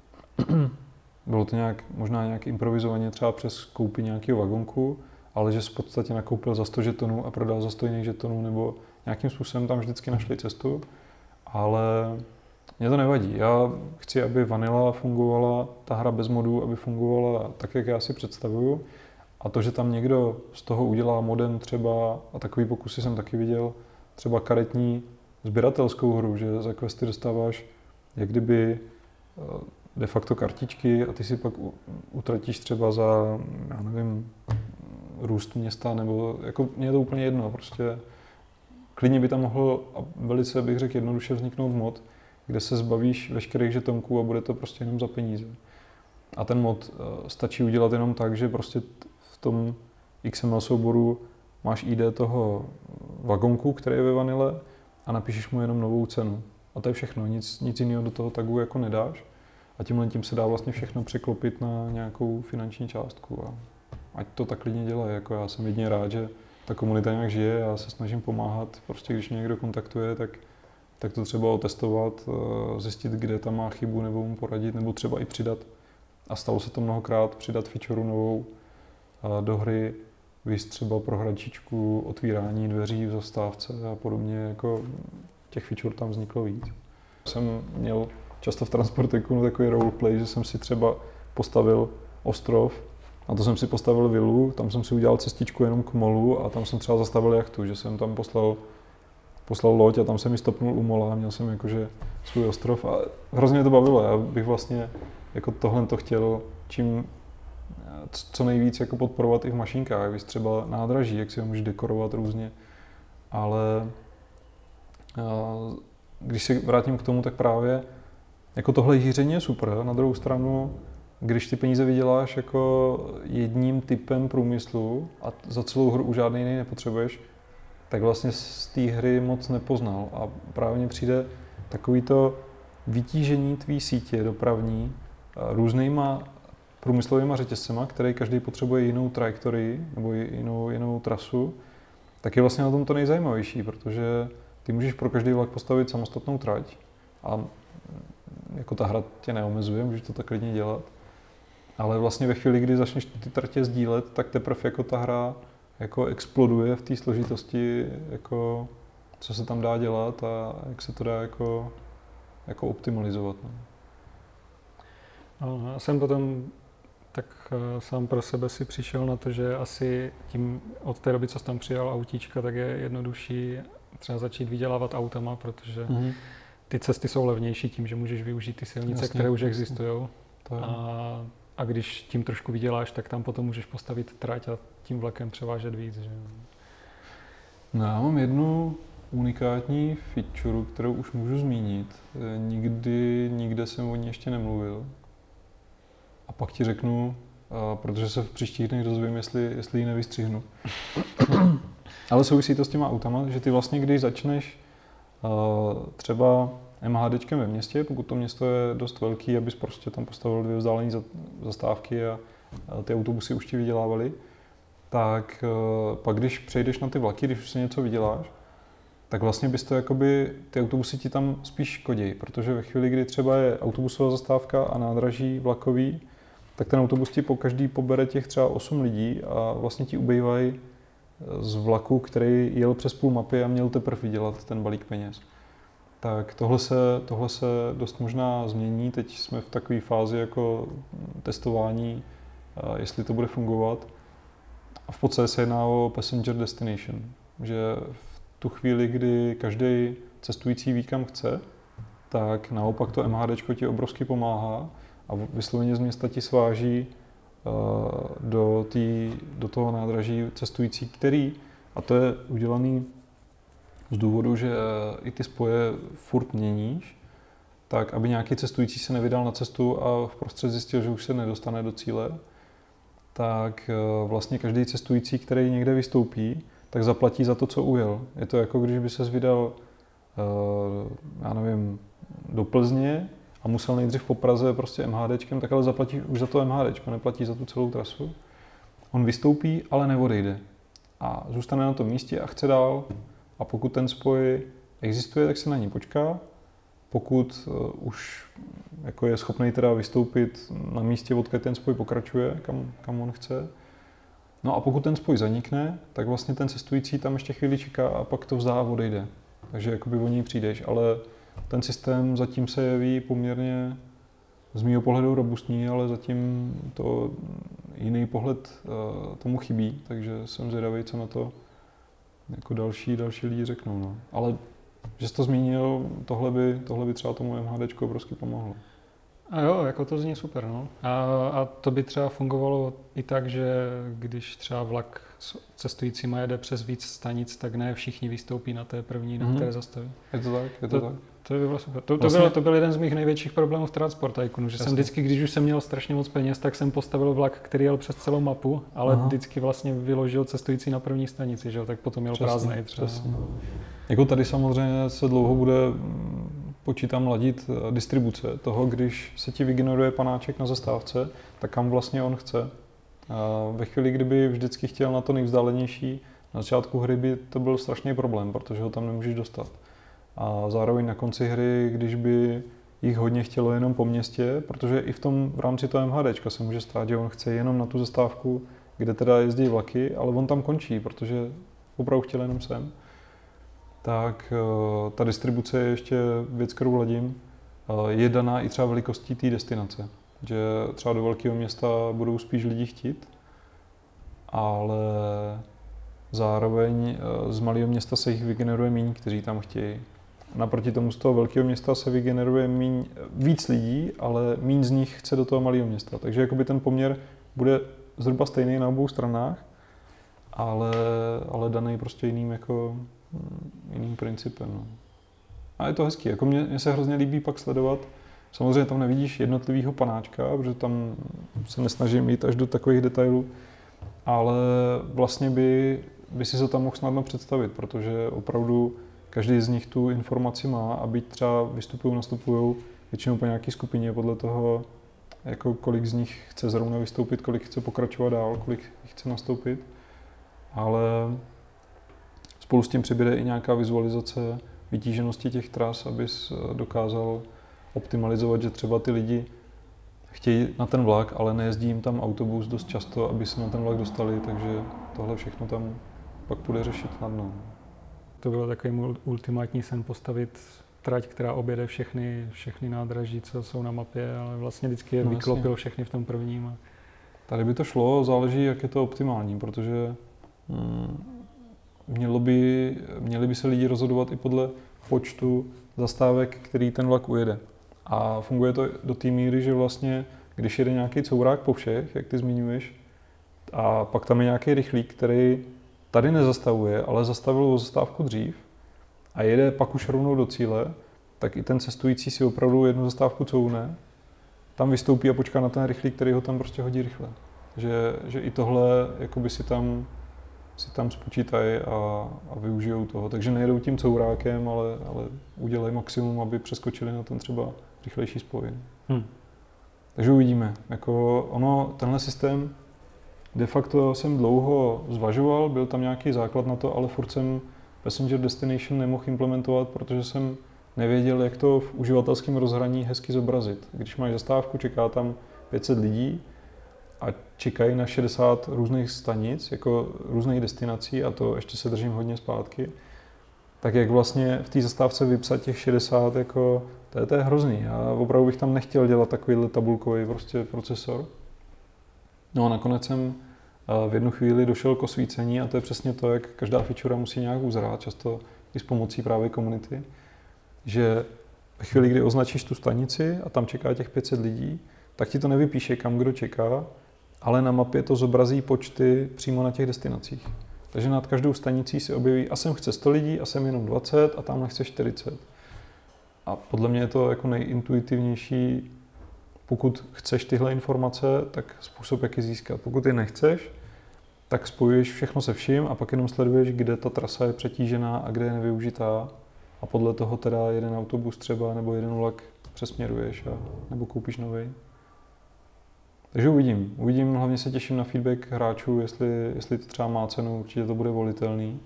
bylo to možná nějak improvizovaně třeba přes koupi nějakého vagonku, ale že v podstatě nakoupil za 100 žetonů a prodal za 100 jiných žetonů, nebo nějakým způsobem tam vždycky našli cestu, ale mě to nevadí. Já chci, aby Vanilla fungovala, ta hra bez modů, aby fungovala tak, jak já si představuju. A to, že tam někdo z toho udělá modem třeba, a takový pokusy jsem taky viděl, třeba karetní sběratelskou hru, že za questy dostáváš jak kdyby de facto kartičky a ty si pak utratíš třeba za, já nevím, růst města, nebo jako mně je to úplně jedno, prostě klidně by tam mohl, a velice bych řekl jednoduše, vzniknout mod, kde se zbavíš veškerých žetonků a bude to prostě jenom za peníze. A ten mod stačí udělat jenom tak, že prostě v tom XML souboru máš ID toho vagonku, který je ve Vanille, a napíšeš mu jenom novou cenu. A to je všechno, nic jiného do toho tagu jako nedáš. A tímhle tím se dá vlastně všechno překlopit na nějakou finanční částku. A ať to tak klidně dělá, jako já jsem jedině rád, že ta komunita nějak žije, já se snažím pomáhat, prostě když mě někdo kontaktuje, tak to třeba otestovat, zjistit, kde tam má chybu, nebo mu poradit, nebo třeba i přidat. A stalo se to mnohokrát, přidat feature novou do hry, víc třeba pro hračičku, otvírání dveří v zastávce a podobně, jako těch feature tam vzniklo víc. Jsem měl často v Transporteku takový roleplay, že jsem si třeba postavil ostrov, a to jsem si postavil vilu, tam jsem si udělal cestičku jenom k molu a tam jsem třeba zastavil jachtu, že jsem tam poslal loď a tam jsem ji stopnul u mola a měl jsem jakože svůj ostrov a hrozně to bavilo. Já bych vlastně jako tohle to chtěl co nejvíc jako podporovat i v mašinkách, víc třeba nádraží, jak si ho můžeš dekorovat různě, ale když se vrátím k tomu, tak právě jako tohle hýření je super. Na druhou stranu, když ty peníze vyděláš jako jedním typem průmyslu a za celou hru už žádný jiný nepotřebuješ, tak vlastně z té hry moc nepoznal. A právě mně přijde takovýto vytížení tvý sítě dopravní různýma průmyslovýma řetězcema, který každý potřebuje jinou trajektorii nebo jinou trasu, tak je vlastně na tom to nejzajímavější, protože ty můžeš pro každý vlak postavit samostatnou trať a jako ta hra tě neomezuje, můžeš to tak klidně dělat. Ale vlastně ve chvíli, kdy začneš ty tratě sdílet, tak teprve jako ta hra jako exploduje v té složitosti, jako co se tam dá dělat a jak se to dá jako optimalizovat. No, já jsem potom tak sám pro sebe si přišel na to, že asi tím od té doby, co jsem tam přijal autíčka, tak je jednodušší třeba začít vydělávat autama, protože ty cesty jsou levnější tím, že můžeš využít ty silnice, jasně, které už existují. A když tím trošku vyděláš, tak tam potom můžeš postavit trať a tím vlakem převážet víc. Že? No, já mám jednu unikátní feature, kterou už můžu zmínit. Nikde jsem o ní ještě nemluvil. A pak ti řeknu, protože se v příštích dnech dozvím, jestli ji nevystřihnu. Ale souvisí to s těma autama, že ty vlastně, když začneš třeba MHDčkem ve městě, pokud to město je dost velký, abys prostě tam postavil 2 vzdálené zastávky a ty autobusy už ti vydělávaly, tak pak když přejdeš na ty vlaky, když už si něco vyděláš, tak vlastně bys to jakoby, ty autobusy ti tam spíš škodí, protože ve chvíli, kdy třeba je autobusová zastávka a nádraží vlakový, tak ten autobus ti po každý pobere těch třeba 8 lidí a vlastně ti ubývají z vlaku, který jel přes půl mapy a měl teprve vydělat ten balík peněz. Tak tohle se dost možná změní. Teď jsme v takové fázi jako testování, jestli to bude fungovat. A v podstatě se jedná o passenger destination, že v tu chvíli, kdy každý cestující ví, kam chce, tak naopak to MHDčko ti obrovsky pomáhá a vysloveně z města ti sváží do toho nádraží cestující, který, a to je udělaný z důvodu, že i ty spoje furt měníš, tak aby nějaký cestující se nevydal na cestu a vprostřed zjistil, že už se nedostane do cíle, tak vlastně každý cestující, který někde vystoupí, tak zaplatí za to, co ujel. Je to jako když by ses vydal, já nevím, do Plzně a musel nejdřív po Praze prostě MHDčkem, tak ale zaplatí už za to MHDčko, neplatí za tu celou trasu. On vystoupí, ale neodejde. A zůstane na tom místě a chce dál. A pokud ten spoj existuje, tak se na ní počká. Pokud už jako je schopný teda vystoupit na místě, odkud ten spoj pokračuje, kam on chce. No a pokud ten spoj zanikne, tak vlastně ten cestující tam ještě chvíli čeká a pak to vzdá a odejde. Takže jakoby o něj přijdeš, ale ten systém zatím se jeví poměrně z mýho pohledu robustní, ale zatím to jiný pohled tomu chybí, takže jsem zvědavý, co na to jako další lidi řeknou. No. Ale že jsi to zmínil, tohle by třeba tomu MHDčku obrovsky pomohlo. A jo, jako to zní super, no. A to by třeba fungovalo i tak, že když třeba vlak s cestujícíma jede přes víc stanic, tak ne všichni vystoupí na té první, na které zastaví. Je to tak. To by bylo super. To byl jeden z mých největších problémů v Transport Tycoonu, že jsem vždycky, když už jsem měl strašně moc peněz, tak jsem postavil vlak, který jel přes celou mapu, ale vždycky vlastně vyložil cestující na první stanici, že jo, tak potom měl prázdnej třeba. Přesně. Jako tady samozřejmě se dlouho bude, počítám, ladit distribuce toho, když se ti vygeneruje panáček na zastávce, tak kam vlastně on chce. A ve chvíli, kdyby vždycky chtěl na to nejvzdálenější, na začátku hry by to byl strašný problém, protože ho tam nemůžeš dostat. A zároveň na konci hry, když by jich hodně chtělo jenom po městě, protože i v rámci toho MHDčka se může stát, že on chce jenom na tu zastávku, kde teda jezdí vlaky, ale on tam končí, protože opravdu chtěl jenom sem. Tak ta distribuce je ještě věc, kterou ladím, je daná i třeba velikostí té destinace. Že třeba do velkého města budou spíš lidi chtít, ale zároveň z malého města se jich vygeneruje míň, kteří tam chtějí. Naproti tomu z toho velkého města se vygeneruje víc lidí, ale míň z nich chce do toho malého města. Takže jakoby ten poměr bude zhruba stejný na obou stranách, ale daný prostě jiným principem. No. A je to hezký. Jako mně se hrozně líbí pak sledovat. Samozřejmě tam nevidíš jednotlivýho panáčka, protože tam se nesnažím jít až do takových detailů, ale vlastně by si to tam mohl snadno představit, protože opravdu každý z nich tu informaci má a byť třeba nastupují většinou po nějaké skupině podle toho, jako kolik z nich chce zrovna vystoupit, kolik chce pokračovat dál, kolik chce nastoupit, ale spolu s tím přibude i nějaká vizualizace vytíženosti těch tras, abys dokázal optimalizovat, že třeba ty lidi chtějí na ten vlak, ale nejezdí jim tam autobus dost často, aby se na ten vlak dostali, takže tohle všechno tam pak bude řešit snadno. To bylo takový ultimátní sen postavit trať, která objede všechny nádraží, co jsou na mapě, ale vlastně vždycky je vyklopil všechny v tom prvním. Tady by to šlo, záleží, jak je to optimální, protože měli by se lidi rozhodovat i podle počtu zastávek, který ten vlak ujede. A funguje to do té míry, že vlastně, když jede nějaký courák po všech, jak ty zmiňuješ, a pak tam je nějaký rychlík, který tady nezastavuje, ale zastavil o zastávku dřív, a jede pak už rovnou do cíle, tak i ten cestující si opravdu jednu zastávku couvne, tam vystoupí a počká na ten rychlík, který ho tam prostě hodí rychle. Že i tohle jakoby si tam spočítají a využijou toho. Takže nejedou tím courákem, ale udělají maximum, aby přeskočili na ten třeba rychlejší spoj. Takže uvidíme. Jako tenhle systém de facto jsem dlouho zvažoval, byl tam nějaký základ na to, ale furt jsem Passenger Destination nemohl implementovat, protože jsem nevěděl, jak to v uživatelském rozhraní hezky zobrazit. Když máš zastávku, čeká tam 500 lidí a čekají na 60 různých stanic, jako různých destinací, a to ještě se držím hodně zpátky, tak jak vlastně v té zastávce vypsat těch 60, jako to je hrozný. Já opravdu bych tam nechtěl dělat takovýhle tabulkový prostě procesor. No a nakonec jsem v jednu chvíli došel k osvícení a to je přesně to, jak každá feature musí nějak uzrát, často i s pomocí právě komunity, že ve chvíli, kdy označíš tu stanici a tam čeká těch 500 lidí, tak ti to nevypíše, kam kdo čeká, ale na mapě to zobrazí počty přímo na těch destinacích. Takže nad každou stanicí se objeví, a sem chce 100 lidí, a sem jenom 20, a tamhle chce 40. A podle mě je to jako nejintuitivnější, pokud chceš tyhle informace, tak způsob, jak je získat. Pokud je nechceš, tak spojuješ všechno se vším a pak jenom sleduješ, kde ta trasa je přetížená a kde je nevyužitá. A podle toho teda jeden autobus třeba nebo jeden vlak přesměruješ nebo koupíš nový. Takže uvidím, hlavně se těším na feedback hráčů, jestli to třeba má cenu, určitě to bude volitelný.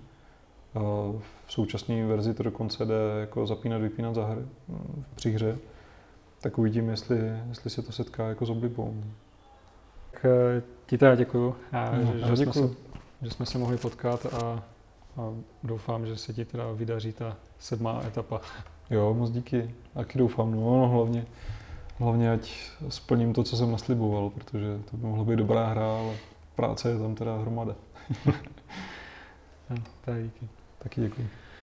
V současné verzi to dokonce jde jako zapínat, vypínat při hře. Tak uvidím, jestli se to setká jako s oblibou. Tak ti teda děkuju, že jsme se mohli potkat a doufám, že se ti teda vydaří ta 7. etapa. Jo, moc díky. Taky doufám, no hlavně ať splním to, co jsem nasliboval, protože to by mohla být dobrá hra, ale práce je tam teda hromada. Tak díky. Taky děkuji.